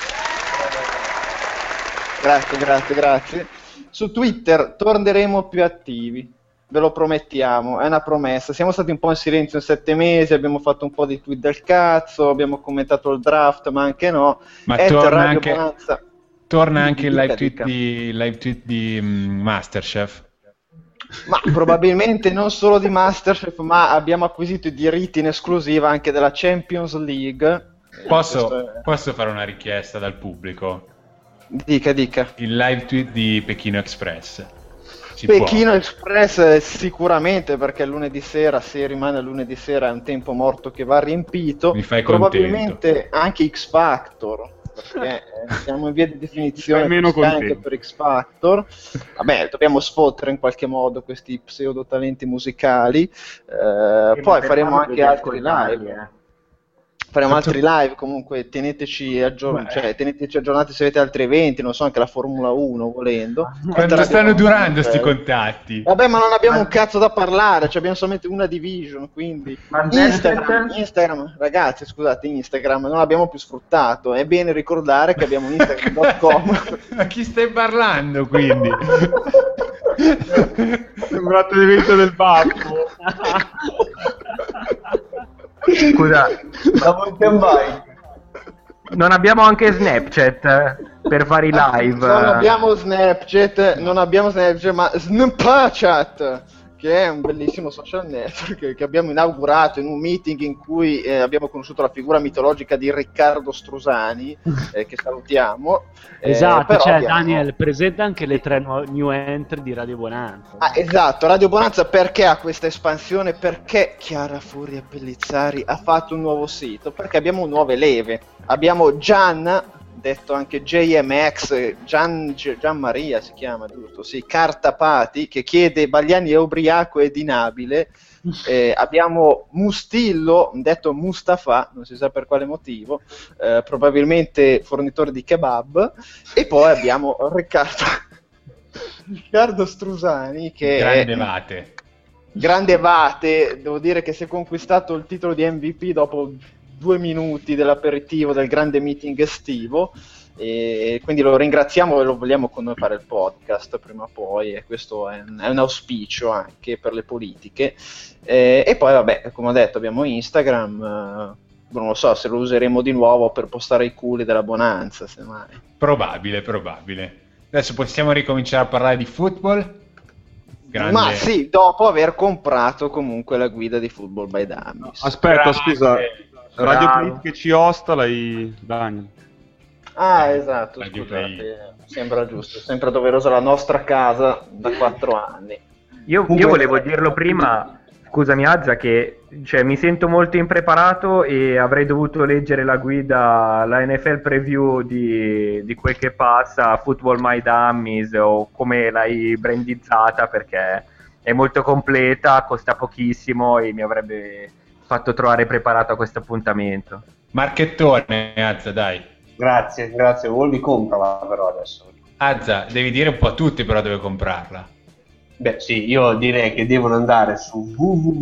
Grazie. Su Twitter torneremo più attivi, ve lo promettiamo, è una promessa. Siamo stati un po' in silenzio in 7 mesi, abbiamo fatto un po' di tweet del cazzo, abbiamo commentato il draft, ma anche no. Ma torna anche il live tweet di Masterchef. Ma probabilmente non solo di Masterchef, ma abbiamo acquisito i diritti in esclusiva anche della Champions League. Posso fare una richiesta dal pubblico? Dica. Il live tweet di Pechino Express. Pechino Express sicuramente, perché lunedì sera, se rimane lunedì sera, è un tempo morto che va riempito. Mi fai probabilmente anche X Factor, perché siamo in via di definizione anche per X Factor. Vabbè, dobbiamo sfottere in qualche modo questi pseudo talenti musicali. Poi faremo anche altri live. Faremo altri live, comunque teneteci aggiornati se avete altri eventi, non so, anche la Formula 1 volendo. Quanto stanno durando sti contatti? Vabbè, ma non abbiamo un cazzo da parlare, abbiamo solamente una division, quindi Instagram, ragazzi, scusate, Instagram non l'abbiamo più sfruttato, è bene ricordare che abbiamo Instagram.com. Ma chi stai parlando, quindi? Sembrato l'evento del babbo. Scusa, la mountain bike. Non abbiamo anche Snapchat per fare i live? Non abbiamo Snapchat, ma Snapchat, che è un bellissimo social network che abbiamo inaugurato in un meeting in cui abbiamo conosciuto la figura mitologica di Riccardo Strusani, che salutiamo. Esatto, Daniel, presenta anche le 3 new entry di Radio Bonanza. Esatto, Radio Bonanza perché ha questa espansione? Perché Chiara Furia Pellizzari ha fatto un nuovo sito? Perché abbiamo nuove leve. Abbiamo Gian, detto anche JMX, Gian Maria si chiama, giusto? Sì, Cartapati, che chiede Bagliani è ubriaco ed inabile. Abbiamo Mustillo, detto Mustafa, non si sa per quale motivo, probabilmente fornitore di kebab. E poi abbiamo Riccardo Strusani, che grande Vate, devo dire che si è conquistato il titolo di MVP dopo 2 minuti dell'aperitivo del grande meeting estivo, e quindi lo ringraziamo e lo vogliamo con noi fare il podcast prima o poi, e questo è un auspicio anche per le politiche. E poi vabbè, come ho detto, abbiamo Instagram, non lo so se lo useremo di nuovo per postare i culi della Bonanza, semmai. Probabile. Adesso possiamo ricominciare a parlare di football? Ma sì, dopo aver comprato comunque la guida di Football by Dummies. Aspetta, scusa, Radio Play che ci osta, Daniel. Esatto, scusate, sembra giusto, sembra doverosa la nostra casa da 4 anni. Io volevo dirlo prima, scusami Azza, che cioè, mi sento molto impreparato e avrei dovuto leggere la guida, la NFL preview di quel che passa, Football My Dummies, o come l'hai brandizzata, perché è molto completa, costa pochissimo e mi avrebbe fatto trovare preparato a questo appuntamento. Marchettone, Azza, dai. Grazie, Volvi, comprala però adesso. Azza, devi dire un po' a tutti però dove comprarla. Beh sì, io direi che devono andare su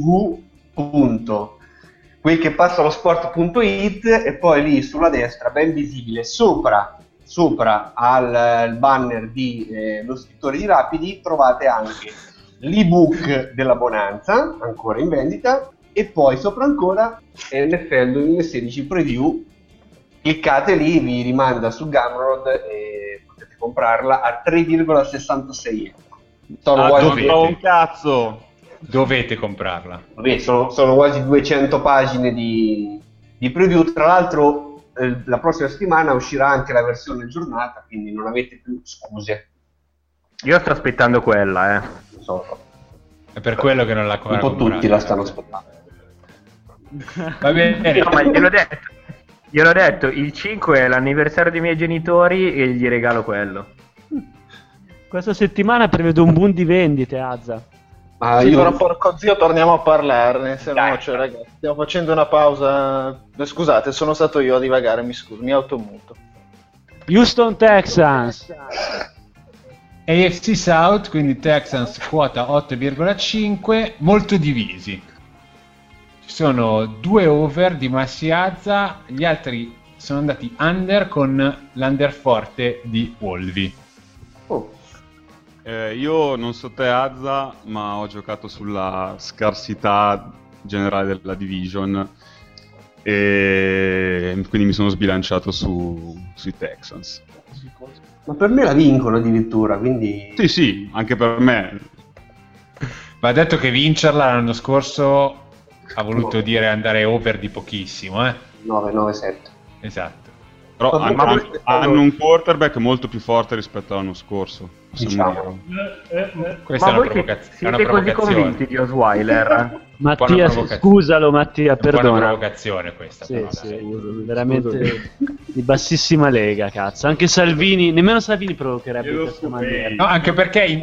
www.quelchepassallosport.it e poi lì sulla destra, ben visibile, sopra al banner di lo scrittore di Rapidi, trovate anche l'ebook della Bonanza, ancora in vendita, e poi sopra ancora NFL 2016 Preview. Cliccate lì, vi rimanda su Gumroad e potete comprarla a 3,66 euro. Un cazzo! Dovete comprarla. Vabbè, sono quasi 200 pagine di preview. Tra l'altro la prossima settimana uscirà anche la versione giornata, quindi non avete più scuse. Io sto aspettando quella, Non so. È per quello che non l'ha Un po' tutti la stanno aspettando. Va bene. No, ma gliel'ho detto, il 5 è l'anniversario dei miei genitori e gli regalo quello. Questa settimana prevedo un boom di vendite, Azza. Ma Sì, io però porco zio, torniamo a parlarne, se no, cioè, ragazzi, stiamo facendo una pausa. Scusate, sono stato io a divagare, mi scuso, mi automuto. Houston Texans. AFC South, quindi Texans quota 8,5, molto divisi. Ci sono 2 over di Massi Azza, gli altri sono andati under con l'under forte di Wolvi. Io non so te Azza, ma ho giocato sulla scarsità generale della division e quindi mi sono sbilanciato sui Texans. Ma per me la vincono addirittura, quindi... Sì, anche per me. Va detto che vincerla l'anno scorso ha voluto dire andare over di pochissimo, 9-7. Esatto. Però Comunque, hanno un quarterback molto più forte rispetto all'anno scorso. Diciamo. Questa Ma è una voi è siete una così provocazione. convinti di Osweiler? Mattia, scusalo Mattia, È un po' una perdona. provocazione questa. Sì, però, sì, dai. veramente di bassissima lega, cazzo. Anche Salvini, nemmeno Salvini provocherebbe in questa maniera. No, anche perché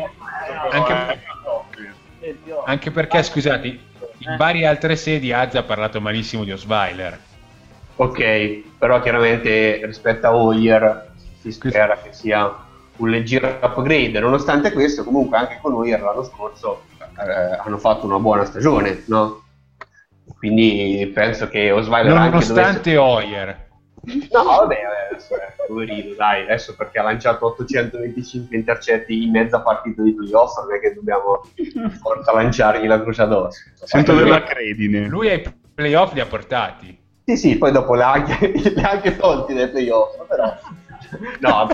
anche perché, scusate, in varie altre sedi Azza ha parlato malissimo di Osweiler. Ok, però chiaramente rispetto a Hoyer si spera che sia un leggero upgrade. Nonostante questo, comunque anche con Hoyer l'anno scorso hanno fatto una buona stagione, no? Quindi penso che Osweiler Nonostante Hoyer. No, vabbè, adesso poverino, dai, adesso perché ha lanciato 825 intercetti in mezza partita di playoff, non è che dobbiamo forza lanciargli la croce addosso. Sento della credine. Lui ai playoff li ha portati. Sì, poi dopo l'ha anche tolti dai playoff, però... No,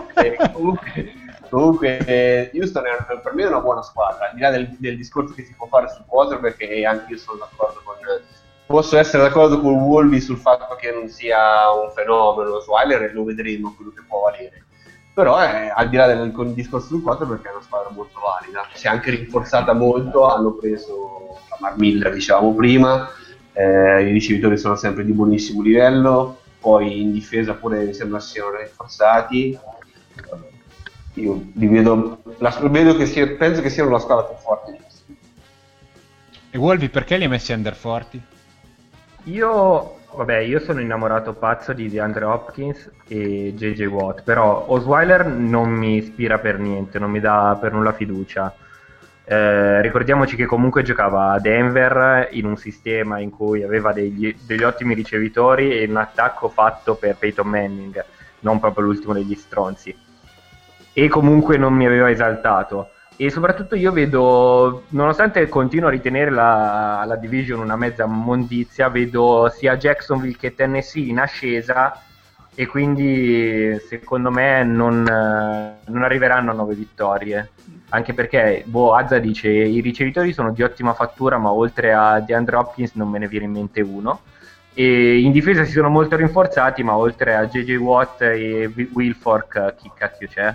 comunque Houston per me è una buona squadra, al di là del discorso che si può fare sul quarterback, e anche io sono d'accordo posso essere d'accordo con Wolvi sul fatto che non sia un fenomeno Osweiler, e lo vedremo quello che può valere. Però al di là del discorso sul quarterback è una squadra molto valida, si è anche rinforzata molto, hanno preso Lamar Miller, dicevamo prima, i ricevitori sono sempre di buonissimo livello, poi in difesa pure mi sembra siano rinforzati. Io li vedo che penso che siano la squadra più forte. E Wolvi perché li hai messi under forti? Io sono innamorato pazzo di DeAndre Hopkins e JJ Watt, però Osweiler non mi ispira per niente, non mi dà per nulla fiducia. Ricordiamoci che comunque giocava a Denver in un sistema in cui aveva degli ottimi ricevitori e un attacco fatto per Peyton Manning, non proprio l'ultimo degli stronzi, e comunque non mi aveva esaltato. E soprattutto io vedo, nonostante continuo a ritenere la division una mezza mondizia, vedo sia Jacksonville che Tennessee in ascesa, e quindi secondo me non arriveranno a 9 vittorie, anche perché Azza dice i ricevitori sono di ottima fattura, ma oltre a DeAndre Hopkins non me ne viene in mente uno, e in difesa si sono molto rinforzati, ma oltre a JJ Watt e Wilfork chi cacchio c'è?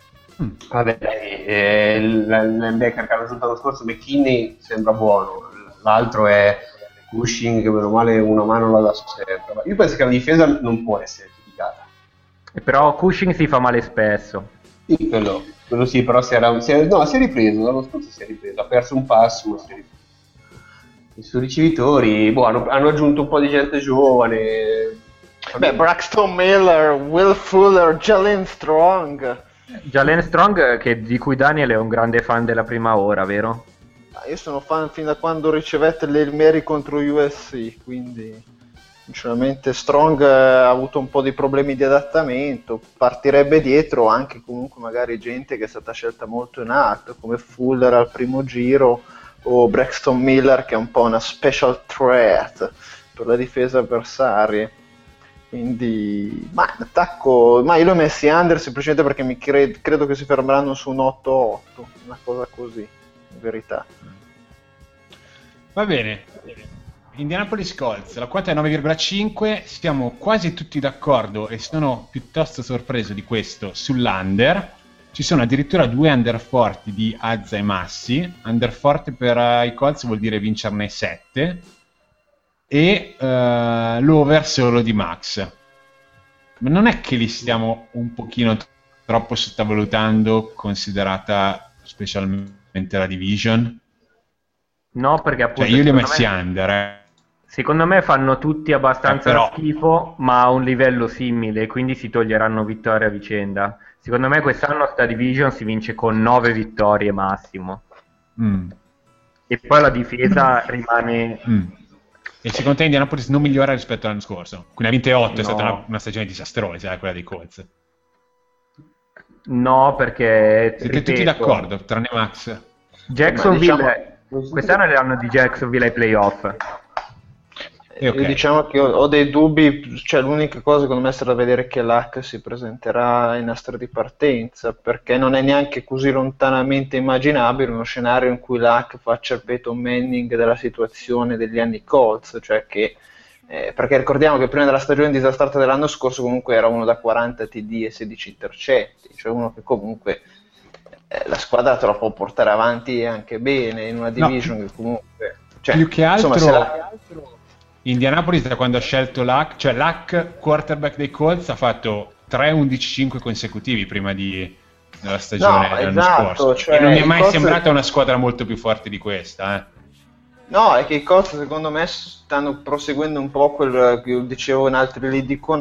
Vabbè, il linebacker che hanno aggiunto l'anno scorso, McKinney, sembra buono. l'altro è Cushing, che meno male una mano la dà sempre. Ma io penso che la difesa non può essere criticata. Però Cushing si fa male spesso. Sì, quello sì, però si è ripreso, l'anno scorso si è ripreso, ha perso un passo, ma si è ripreso. I suoi ricevitori, hanno aggiunto un po' di gente giovane. Beh, Braxton Miller, Will Fuller, Jalen Strong. Jalen Strong, di cui Daniel è un grande fan della prima ora, vero? Io sono fan fin da quando ricevette l'Hail Mary contro USC, quindi sinceramente Strong ha avuto un po' di problemi di adattamento, partirebbe dietro anche comunque magari gente che è stata scelta molto in alto, come Fuller al primo giro, o Braxton Miller, che è un po' una special threat per la difesa avversaria. Quindi in attacco, io li ho messi under semplicemente perché credo che si fermeranno su un 8-8, una cosa così, in verità. Va bene. Indianapolis Colts, la quota è 9,5, siamo quasi tutti d'accordo e sono piuttosto sorpreso di questo sull'under. Ci sono addirittura 2 under forti di Azza e Massi. Under forte per i Colts vuol dire vincerne 7 e l'over solo di Max. Ma non è che li stiamo un pochino troppo sottovalutando, considerata specialmente la division? No, perché appunto io li ho messi under. Secondo me fanno tutti abbastanza però schifo, ma a un livello simile, quindi si toglieranno vittorie a vicenda. Secondo me quest'anno sta division si vince con 9 vittorie massimo. E poi la difesa rimane... E secondo te Indianapolis non migliora rispetto all'anno scorso? Quindi a 28 è stata una stagione disastrosa, quella dei Colts. No, perché... Siete tutti d'accordo, tranne Max. Jacksonville... Quest'anno è l'anno di Jacksonville ai playoff. Io diciamo che ho dei dubbi, cioè l'unica cosa secondo me sarà vedere che Luck si presenterà in nastro di partenza, perché non è neanche così lontanamente immaginabile uno scenario in cui Luck faccia il Peyton Manning della situazione degli anni Colts, cioè che perché ricordiamo che prima della stagione disastrata dell'anno scorso comunque era uno da 40 TD e 16 intercetti, cioè uno che comunque la squadra te la può portare avanti anche bene in una division che comunque... Cioè, più che altro... Insomma, Indianapolis da quando ha scelto Luck, cioè Luck, quarterback dei Colts, ha fatto 3-11-5 consecutivi prima della stagione dell'anno scorso. Cioè, e non mi è mai sembrata una squadra molto più forte di questa. No, è che i Colts secondo me stanno proseguendo un po' quel che io dicevo in altri lead con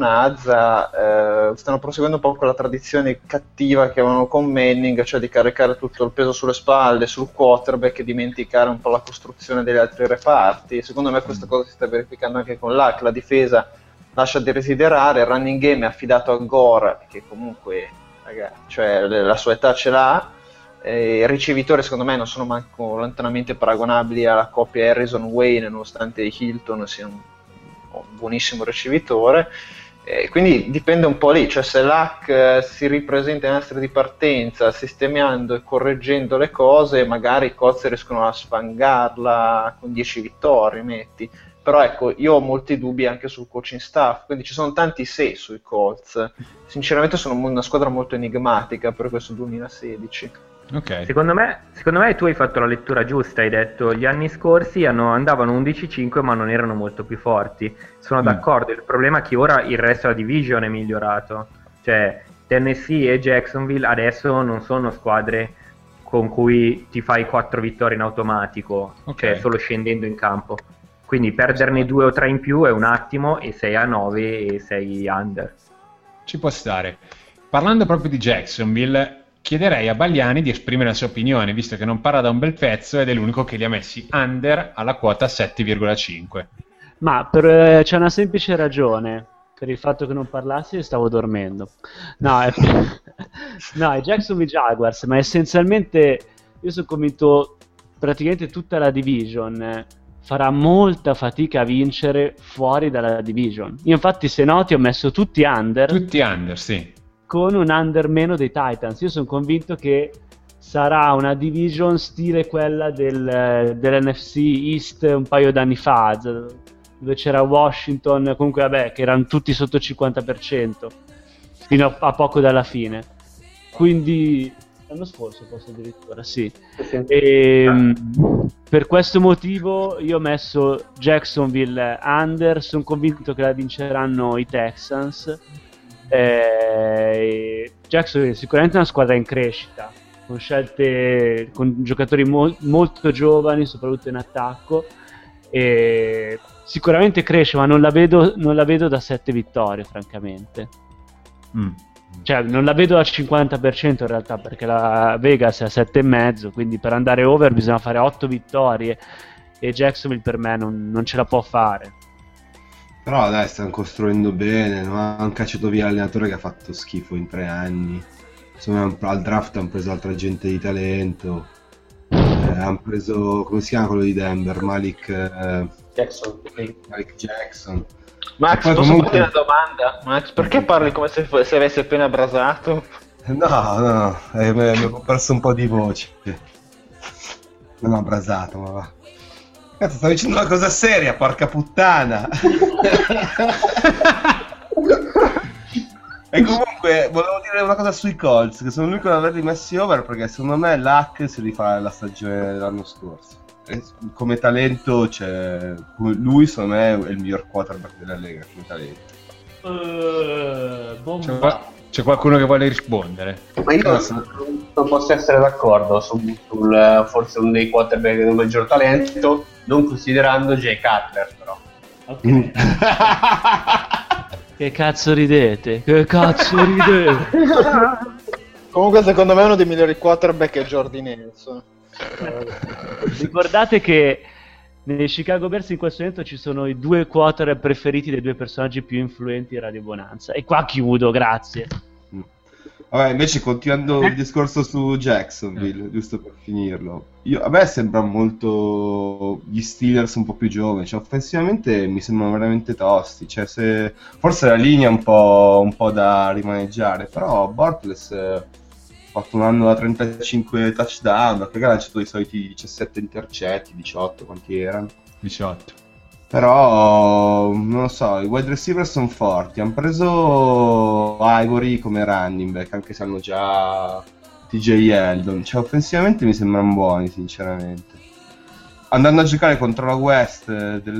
Azza, stanno proseguendo un po' quella tradizione cattiva che avevano con Manning, cioè di caricare tutto il peso sulle spalle, sul quarterback e dimenticare un po' la costruzione degli altri reparti. Secondo me questa cosa si sta verificando anche con Luck, la difesa lascia di desiderare, il running game è affidato a Gore, che comunque ragazzi, cioè, la sua età ce l'ha. I ricevitori secondo me non sono manco lontanamente paragonabili alla coppia Harrison-Wayne, nonostante Hilton sia un buonissimo ricevitore, quindi dipende un po' lì, cioè se Luck si ripresenta in nastro di partenza sistemando e correggendo le cose, magari i Colts riescono a sfangarla con 10 vittorie, metti. Però ecco, io ho molti dubbi anche sul coaching staff, quindi ci sono tanti se sui Colts. Sinceramente sono una squadra molto enigmatica per questo 2016. Okay. Secondo me tu hai fatto la lettura giusta, hai detto gli anni scorsi andavano 11-5 ma non erano molto più forti. Sono d'accordo, il problema è che ora il resto della division è migliorato, cioè Tennessee e Jacksonville adesso non sono squadre con cui ti fai 4 vittorie in automatico, cioè solo scendendo in campo, quindi perderne 2 o 3 in più è un attimo e sei a 9 e sei under. Ci può stare. Parlando proprio di Jacksonville, chiederei a Bagliani di esprimere la sua opinione, visto che non parla da un bel pezzo ed è l'unico che li ha messi under alla quota 7,5. Ma c'è una semplice ragione per il fatto che non parlassi, stavo dormendo. No, i Jacksonville Jaguars, ma essenzialmente io sono convinto praticamente tutta la division farà molta fatica a vincere fuori dalla division. Io infatti, se noti, ho messo tutti under. Tutti under, sì. Con un under meno dei Titans. Io sono convinto che sarà una division stile quella dell'NFC East un paio d'anni fa, dove c'era Washington, comunque vabbè, che erano tutti sotto il 50%, fino a poco dalla fine. Quindi L'anno scorso forse addirittura, sì. Per questo motivo io ho messo Jacksonville under, sono convinto che la vinceranno i Texans. Jacksonville è sicuramente una squadra in crescita, con scelte, con giocatori molto giovani, soprattutto in attacco, e sicuramente cresce, ma non la vedo da 7 vittorie, francamente. Cioè, non la vedo al 50% in realtà, perché la Vegas è a 7,5, quindi per andare over bisogna fare 8 vittorie e Jacksonville per me non ce la può fare. Però dai, stanno costruendo bene, no? Hanno cacciato via l'allenatore che ha fatto schifo in 3 anni. Insomma, al draft hanno preso altra gente di talento. Hanno preso, come si chiama quello di Denver? Malik Jackson. Max, poi posso comunque- farti una domanda? Max, perché parli come se avessi appena brasato? No, mi ho perso un po' di voce. Non ho abrasato, ma va. Cazzo, stavo dicendo una cosa seria, porca puttana. E comunque, volevo dire una cosa sui Colts, che sono l'unico ad averli messi over, perché secondo me Luck si rifà la stagione dell'anno scorso. E come talento c'è... Lui, secondo me, è il miglior quarterback della Lega, come talento. C'è qualcuno che vuole rispondere? Ma io non posso essere d'accordo sul forse uno dei quarterback del maggior talento, non considerando Jay Cutler, però. Okay. Che cazzo ridete? Che cazzo ridete? Comunque secondo me uno dei migliori quarterback è Jordi Nelson. Ricordate che nei Chicago Bears in questo momento ci sono i 2 quarterback preferiti dei 2 personaggi più influenti di Radio Bonanza. E qua chiudo, grazie. Vabbè, invece continuando il discorso su Jacksonville, giusto per finirlo, a me sembra molto gli Steelers un po' più giovani, cioè offensivamente mi sembrano veramente tosti, cioè forse la linea è un po' da rimaneggiare, però Bortles ha fatto un anno da 35 touchdown, che ha lanciato i soliti 17 intercetti, 18, quanti erano? 18. Però non lo so, i wide receiver sono forti. Hanno preso Ivory come running back, anche se hanno già TJ Yeldon. Cioè, offensivamente mi sembrano buoni, sinceramente. Andando a giocare contro la West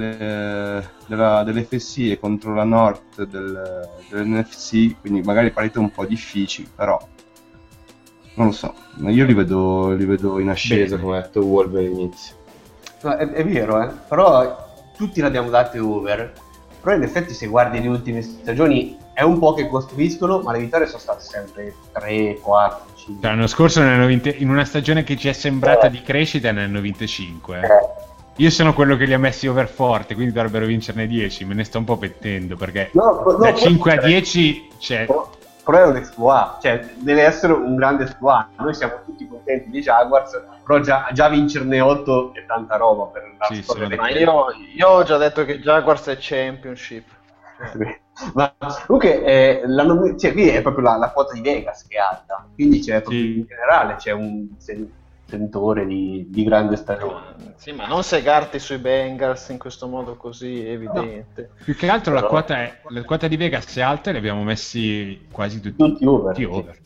dell'FC e contro la North dell'NFC, quindi magari partite un po' difficili, però non lo so. Ma io li vedo in ascesa, come ha detto Wolf all'inizio. No, è vero, però tutti l'abbiamo date over, però in effetti se guardi le ultime stagioni è un po' che costruiscono, ma le vittorie sono state sempre 3, 4, 5. L'anno scorso ne hanno vinte, in una stagione che ci è sembrata di crescita, ne hanno vinte 5. Io sono quello che li ha messi over forte, quindi dovrebbero vincerne 10. Me ne sto un po' pettendo perché da 5 a 10 c'è. Però è un exploit, cioè deve essere un grande exploit. Noi siamo tutti contenti di Jaguars, però già vincerne 8 è tanta roba per la storia. Ma io ho già detto che Jaguars è championship. Ma comunque qui è proprio la quota di Vegas che è alta, quindi c'è proprio in generale c'è un sentore di grande stagione. Sì, ma non segarti sui Bengals in questo modo così evidente. Più che altro la quota di Vegas è alta e li abbiamo messi quasi tutti over.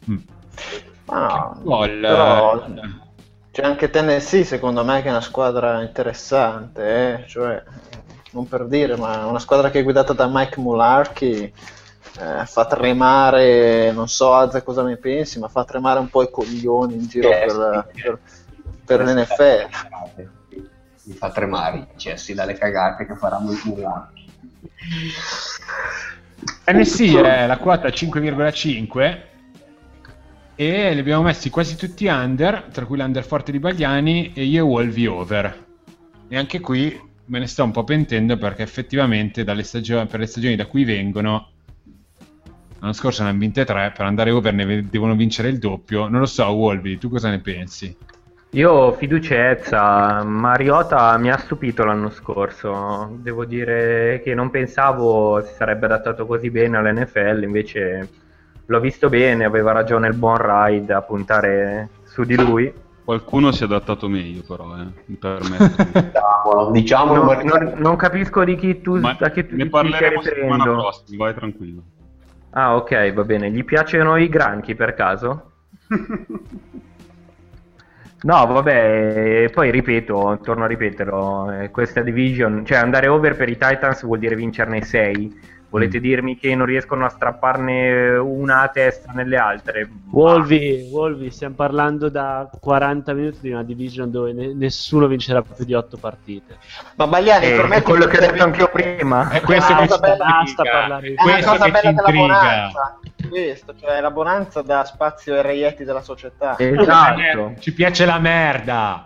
Però c'è anche Tennessee, secondo me, che è una squadra interessante, cioè non per dire, ma una squadra che è guidata da Mike Mularkey fa tremare, non so Azza cosa ne pensi, ma fa tremare un po' i coglioni in giro per l'NFL. Mi fa tremare, sì, dalle cagate che farà Mike Mularkey. NSC è la quota 5,5 e li abbiamo messi quasi tutti under, tra cui l'under forte di Bagliani e io e Wolvi over. E anche qui me ne sto un po' pentendo perché effettivamente per le stagioni da cui vengono, l'anno scorso ne hanno vinte 3, per andare over ne devono vincere il doppio. Non lo so, Wolvi, tu cosa ne pensi? Io fiduciezza, Mariota mi ha stupito l'anno scorso, devo dire che non pensavo si sarebbe adattato così bene all'NFL, invece l'ho visto bene, aveva ragione il buon Ride a puntare su di lui. Qualcuno si è adattato meglio però, mi permetto. Diciamo, non capisco di chi tu ne parleremo stai settimana riferendo. prossima, vai tranquillo. Ah, ok, va bene. Gli piacciono i granchi per caso? No, vabbè, poi ripeto, torno a ripeterlo, questa division, cioè andare over per i Titans vuol dire vincerne 6. Volete dirmi che non riescono a strapparne una a testa nelle altre? Wolvi, stiamo parlando da 40 minuti di una division dove nessuno vincerà più di 8 partite. Ma Bagliani, È permetti quello che ho di- detto anche io prima. È questo che ci Basta intriga. parlare di È una Questo cosa che ci bella della intriga. bonanza, questo, cioè la bonanza dà spazio ai reietti della società. Esatto. Ci piace la merda.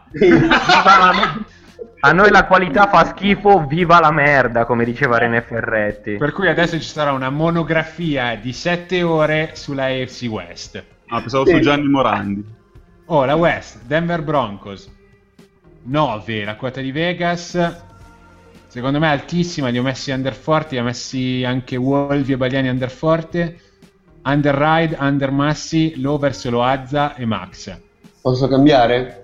A noi la qualità fa schifo, viva la merda, come diceva René Ferretti. Per cui adesso ci sarà una monografia di 7 ore sulla AFC West. Ah, pensavo su Gianni Morandi. Oh, la West, Denver Broncos 9, la quota di Vegas secondo me è altissima, li ho messi under forte, li ho messi anche Wolvi e Bagliani under forte, under ride, under massi, l'over se lo azza e max. Posso cambiare?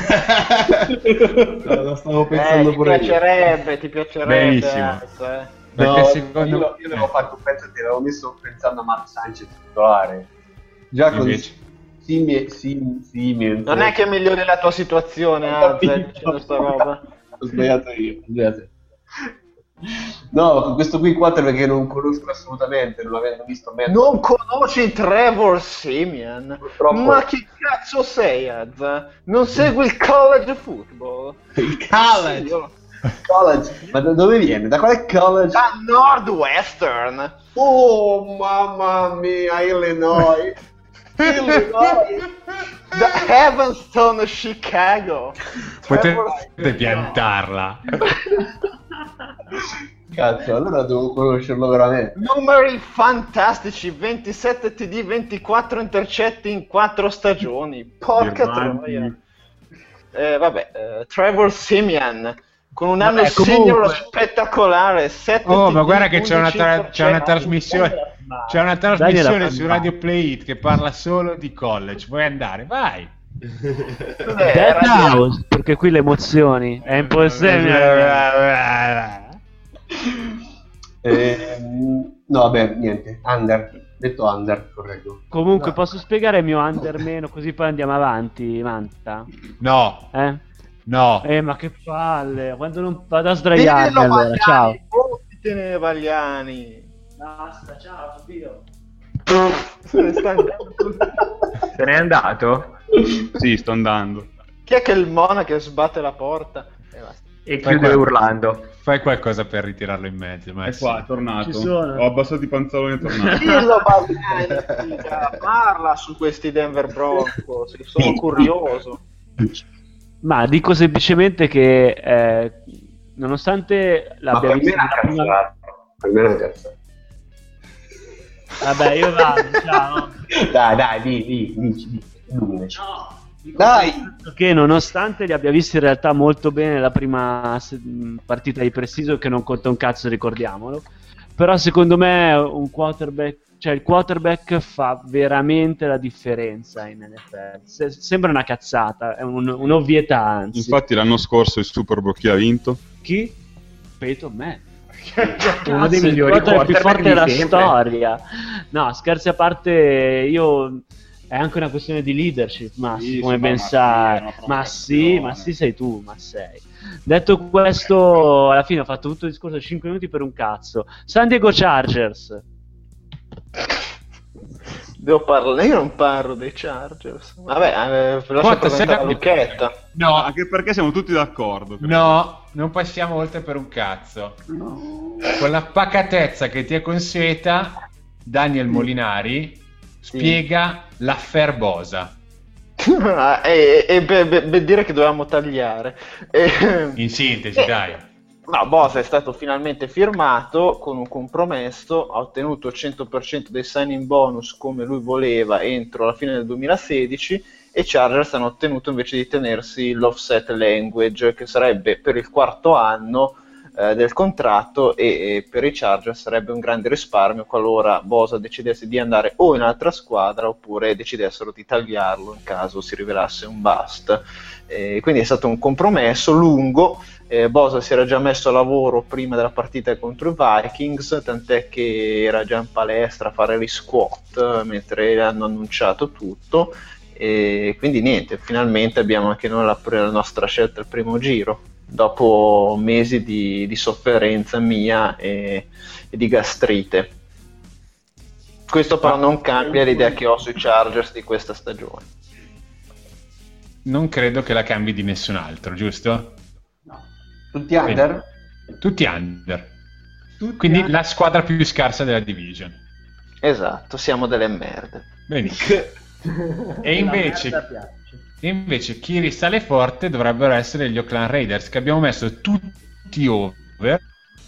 No, lo stavo pensando Ti pure io. piacerebbe, Benissimo. Perché No, secondo io avevo fatto un pezzo che avevo messo pensando a Mark Sanchez titolare. Già con Invece. Simien. non è che migliori la tua situazione, Arze, dicendo sta roba. Ho sbagliato io. No, questo qui quarterback che non conosco assolutamente, non avendo visto me. Non conosci Trevor Simeon? Purtroppo. Ma che cazzo sei, Azza? Non segui il college football? Il Sì, io- college. Ma da dove viene? Da quale college? Da Northwestern. Oh, mamma mia, Illinois. Illinois. Da Evanston, Chicago. Trevor Potete piantarla. Cazzo, allora devo conoscerlo veramente. Numeri fantastici, 27 TD, 24 intercetti in 4 stagioni. Porca troia. Trevor Simeon con un anno Vabbè, comunque- senior spettacolare, 7 Oh, TD, ma guarda che c'è una 11 c'è una intercetti. trasmissione. C'è una Daniela trasmissione su Fanfani. Radio Play It che parla solo di college. Vuoi andare? Vai. Dead House, perché qui le emozioni è impossibile. No, vabbè, niente. Under. Detto under, corretto. Comunque posso spiegare il mio under meno così poi andiamo avanti, Manta? No, no. Ma che palle, quando non vado a sdraiarmi Dillo, allora, Bagliani, ciao. fottitene, Bagliani. Basta, ciao, addio. Se ne sta andando. Se n'è andato? Sì, sto andando. Chi è che è il monaco che sbatte la porta? E basta. E Fai chiude quello. urlando. Fai qualcosa per ritirarlo in mezzo. Ma È qua, è tornato. Ci sono. Ho abbassato i pantaloni e è tornato. Dillo, Bagliani, figa, parla su questi Denver Broncos, sono curioso. Ma dico semplicemente che nonostante Ma l'abbia per me è vista una la prima... cazzata. Per me è una cazzata. Vabbè, io vado, ciao. Dai, dici. Dai! Che nonostante li abbia visti in realtà molto bene la prima partita di pre-season, che non conta un cazzo, ricordiamolo, però secondo me un quarterback, cioè il quarterback fa veramente la differenza in NFL. Sembra una cazzata, è un'ovvietà, anzi. Infatti l'anno scorso il Super Bowl chi ha vinto? Chi? Peyton Manning. Uno dei Cazzo, il migliori quarterback più quarterback forte di della sempre. storia. No, scherzi a parte, io è anche una questione di leadership, ma Sì, come sì, ben ma sai. sì, è una Ma provocazione. sì, sei tu, ma sei. Detto questo, alla fine ho fatto tutto il discorso 5 minuti per un cazzo. San Diego Chargers. Devo parlare, io non parlo dei Chargers. Vabbè, lascia Quanta presentare sei- Lucchetta. No, Anche perché siamo tutti d'accordo. no, non passiamo oltre per un cazzo. Con la pacatezza che ti è consueta, Daniel Molinari spiega l'affair Bosa. e dire che dovevamo tagliare. In sintesi, dai. No, Bosa è stato finalmente firmato con un compromesso, ha ottenuto il 100% dei signing bonus come lui voleva entro la fine del 2016 e i Chargers hanno ottenuto invece di tenersi l'offset language, che sarebbe per il 4º anno del contratto, e per i Chargers sarebbe un grande risparmio qualora Bosa decidesse di andare o in altra squadra oppure decidessero di tagliarlo in caso si rivelasse un bust. Quindi è stato un compromesso lungo. Bosa si era già messo a lavoro prima della partita contro i Vikings, tant'è che era già in palestra a fare gli squat mentre hanno annunciato tutto, e quindi niente, finalmente abbiamo anche noi la nostra scelta al primo giro, dopo mesi di sofferenza mia e di gastrite. Questo però non cambia l'idea che ho sui Chargers di questa stagione. Non credo che la cambi di nessun altro, giusto? Tutti under? Tutti under. Quindi la squadra più scarsa della division. Esatto, siamo delle merde. Benissimo. E La merda piace. invece chi risale forte dovrebbero essere gli Oakland Raiders, che abbiamo messo tutti over,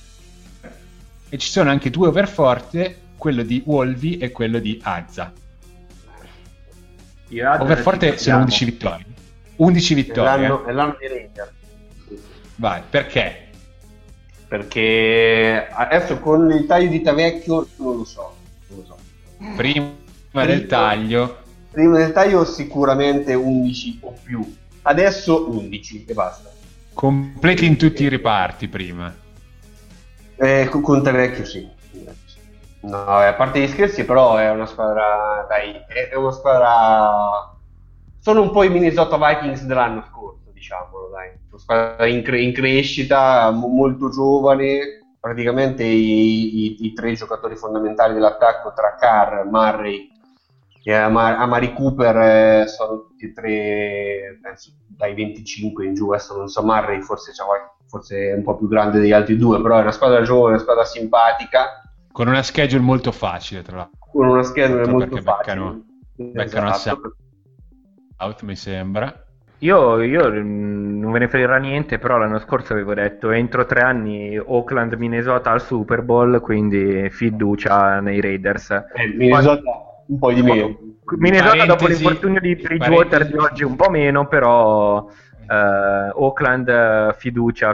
e ci sono anche 2 over forte, quello di Wolvi e quello di Azza. Over forte sono 11 vittorie. 11 vittorie. È l'anno di Ranger. Vai, perché? Perché adesso con il taglio di Tavecchio non lo so. Prima del taglio. Prima del taglio sicuramente 11 o più. Adesso 11 e basta. Completi in tutti i riparti prima. Con Tavecchio sì. No, a parte gli scherzi, però è una squadra, dai, è una squadra. Sono un po' i Minnesota Vikings dell'anno scorso, diciamolo, dai. Una squadra in crescita, molto giovane. Praticamente i 3 giocatori fondamentali dell'attacco tra Carr, Murray e Amari Cooper sono tutti e 3, penso, dai 25 in giù. Adesso non so, Murray forse è un po' più grande degli altri 2, però è una squadra giovane, una squadra simpatica. Con una schedule molto facile, tra l'altro. Con una schedule molto facile. Beccano Esatto. out, mi sembra. Io non ve ne frega niente, però l'anno scorso avevo detto entro 3 anni Oakland, Minnesota al Super Bowl, quindi fiducia nei Raiders. Minnesota un po' di meno. Minnesota dopo l'infortunio di Bridgewater di oggi un po' meno, però Oakland fiducia.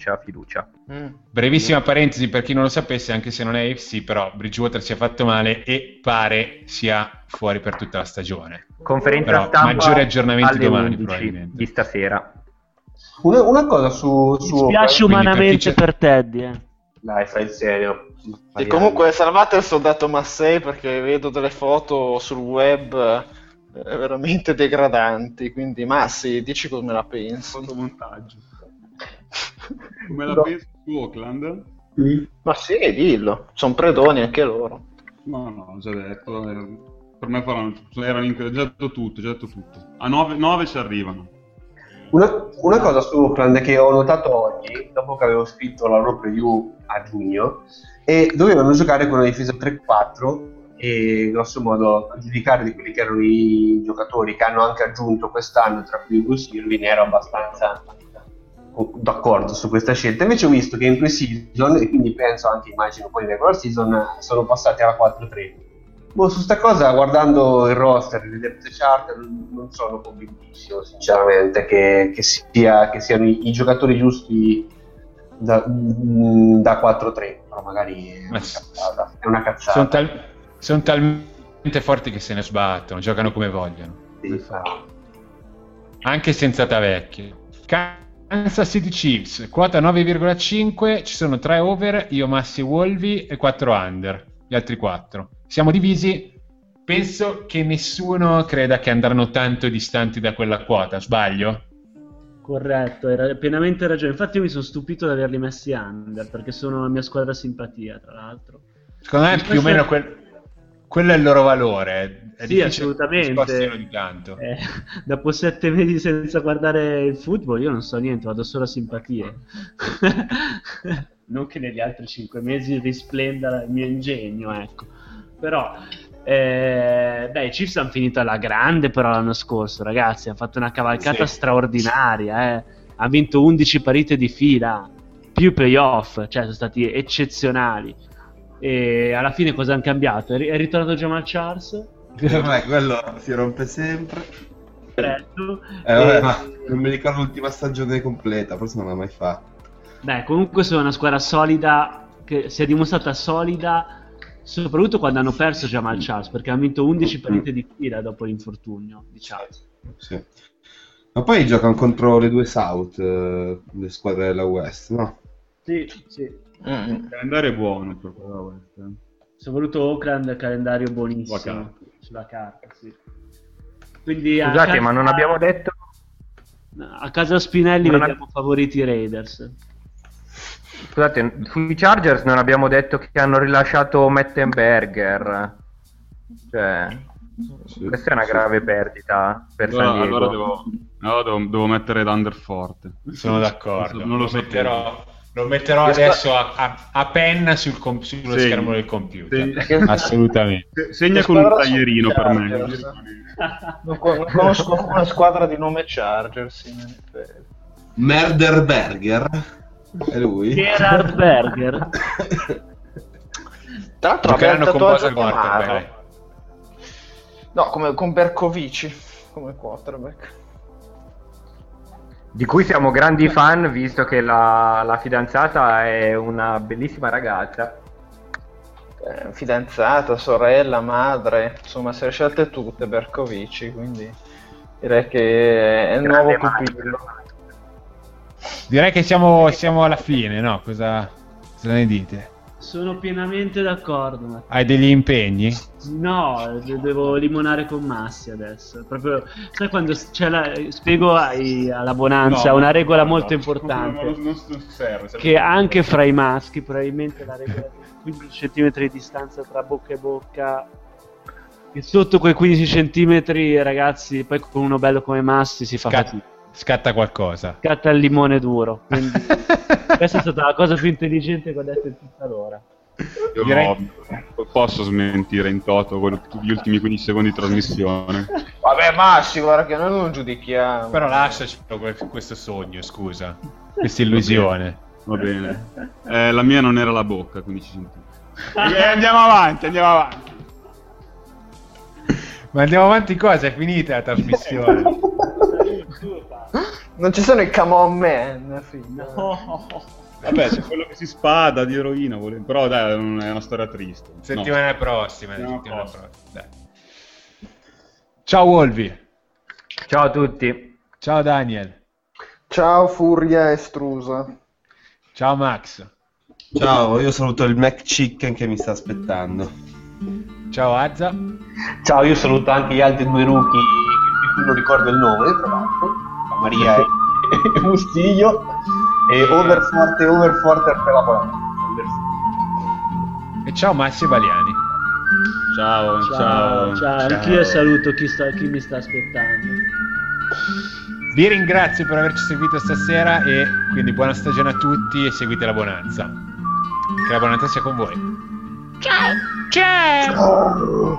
Brevissima parentesi per chi non lo sapesse, anche se non è AFC, però Bridgewater si è fatto male e pare sia fuori per tutta la stagione. Conferenza però stampa maggiori aggiornamenti alle domani 11 probabilmente di stasera. Una cosa su Mi spiace umanamente per Teddy. Dai, fai il serio. E comunque salvate il soldato Massey, perché vedo delle foto sul web veramente degradanti, quindi Massi, dici come la pensi. Fotomontaggio. Come la pensi su Oakland? Ma sì, dillo, sono predoni anche loro. No, ho già detto. Per me erano già detto tutto. A 9 ci arrivano. Una cosa su Oakland che ho notato oggi, dopo che avevo scritto la loro preview a giugno, e dovevano giocare con una difesa 3-4 e grosso modo, a giudicare di quelli che erano i giocatori che hanno anche aggiunto quest'anno, tra cui Bruce Irvin, ero abbastanza d'accordo su questa scelta. Invece ho visto che in pre-season, e quindi penso anche, immagino poi in regular season, sono passati alla 4-3. Su sta cosa, guardando il roster, il depth chart, non sono convintissimo sinceramente che siano i giocatori giusti da 4-3, però magari è una cazzata. Sono talmente forti che se ne sbattono, giocano come vogliono. Sì, anche senza Tavecchio. Kansas City Chiefs, quota 9,5, ci sono 3 over, io, Massi e Wolvi, e 4 under, gli altri 4. Siamo divisi, penso che nessuno creda che andranno tanto distanti da quella quota, sbaglio? Corretto, hai pienamente ragione. Infatti io mi sono stupito di averli messi under, perché sono la mia squadra simpatia, tra l'altro. Secondo me più o meno quello è il loro valore. È sì, assolutamente. Di tanto. Dopo 7 mesi senza guardare il football, io non so niente, vado solo a simpatie. Non che negli altri 5 mesi risplenda il mio ingegno, ecco. Però, i Chiefs hanno finito alla grande però l'anno scorso, ragazzi. Hanno fatto una cavalcata straordinaria. Hanno vinto 11 partite di fila, più playoff, cioè sono stati eccezionali. E alla fine cosa hanno cambiato? È ritornato Jamal Charles. Ormai quello si rompe sempre. Ma non mi ricordo l'ultima stagione completa, forse non l'ha mai fatto. Beh, comunque sono una squadra solida, che si è dimostrata solida soprattutto quando hanno perso Jamal Charles, perché hanno vinto 11 partite di fila dopo l'infortunio di Charles. Sì. Ma poi giocano contro le 2 South, le squadre della West, no? Sì. Il calendario è buono per quella West. Soprattutto Oakland, calendario buonissimo sulla carta, sì. Quindi Scusate, ma non abbiamo detto... a casa Spinelli Non vediamo favoriti i Raiders. Scusate, sui Chargers non abbiamo detto che hanno rilasciato Mettenberger. Cioè, questa è una grave perdita per San Diego. Allora devo mettere Thunder forte. Sono d'accordo. Non lo lo metterò adesso a penna sullo schermo del computer. Assolutamente. Segna con un taglierino per me. Non conosco una squadra di nome Chargers in NFL. Merderberger è lui. Gerard Berger. Tra l'altro Giocheranno con Bosa tatuaggio Quarterback. amaro. No, come con Berkovici come quarterback. Di cui siamo grandi fan, visto che la fidanzata è una bellissima ragazza. Fidanzata, sorella, madre, insomma, se le scelte tutte Berkovici, quindi direi che è il nuovo pupillo. Direi che siamo alla fine, no? Cosa ne dite? Sono pienamente d'accordo. Ma... Hai degli impegni? No, devo limonare con Massi adesso. Proprio, sai quando c'è spiego alla Bonanza una regola molto importante. Non serve. Che anche fra i maschi, probabilmente la regola di 15 cm di distanza tra bocca e bocca, e sotto quei 15 cm, ragazzi, poi con uno bello come Massi si fa fatica. Scatta qualcosa. Scatta il limone duro. Quindi questa è stata la cosa più intelligente che ho detto in tutta l'ora. Io Direi... posso smentire in toto gli ultimi 15 secondi di trasmissione. Vabbè, Massi, guarda che noi non giudichiamo. Però lasciaci questo sogno, scusa. Questa illusione. Va bene. La mia non era la bocca, 15 centimetri. Andiamo avanti. Ma andiamo avanti cosa? È finita la trasmissione. Non ci sono i come on man, figlio. No. Vabbè, c'è quello che si spada di eroina, però dai, è una storia triste. Settimana prossima. Dai. Ciao Wolvi. Ciao a tutti. Ciao Daniel. Ciao Furia estrusa. Ciao Max. Ciao, io saluto il Mac Chicken che mi sta aspettando. Ciao Azza. Ciao, io saluto anche gli altri due rookie di cui non ricordo il nome, tra l'altro, Maria e Mustiglio, e Overforte per la Polanda. E ciao Massi Baliani. Ciao. Anch'io saluto chi mi sta aspettando. Vi ringrazio per averci seguito stasera e quindi buona stagione a tutti e seguite la Bonanza. Che la Bonanza sia con voi. Ciao!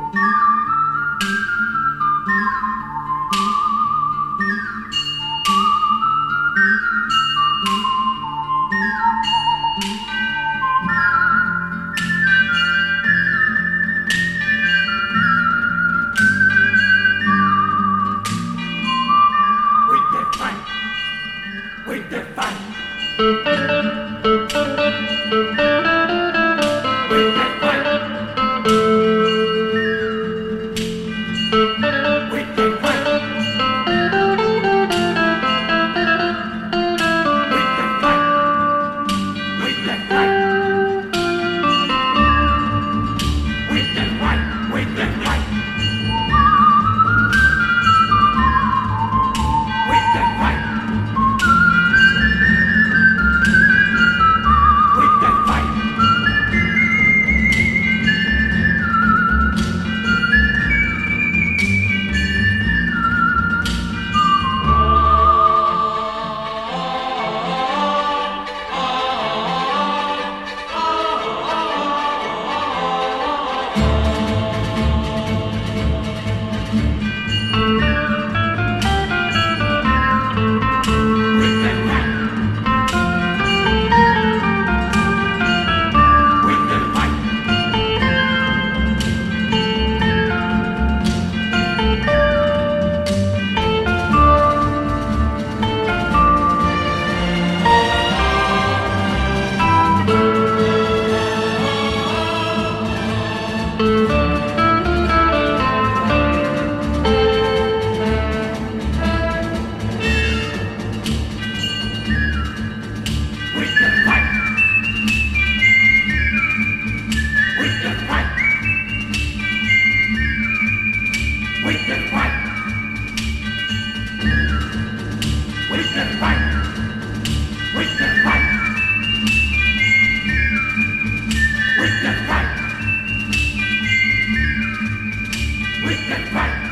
We can fight.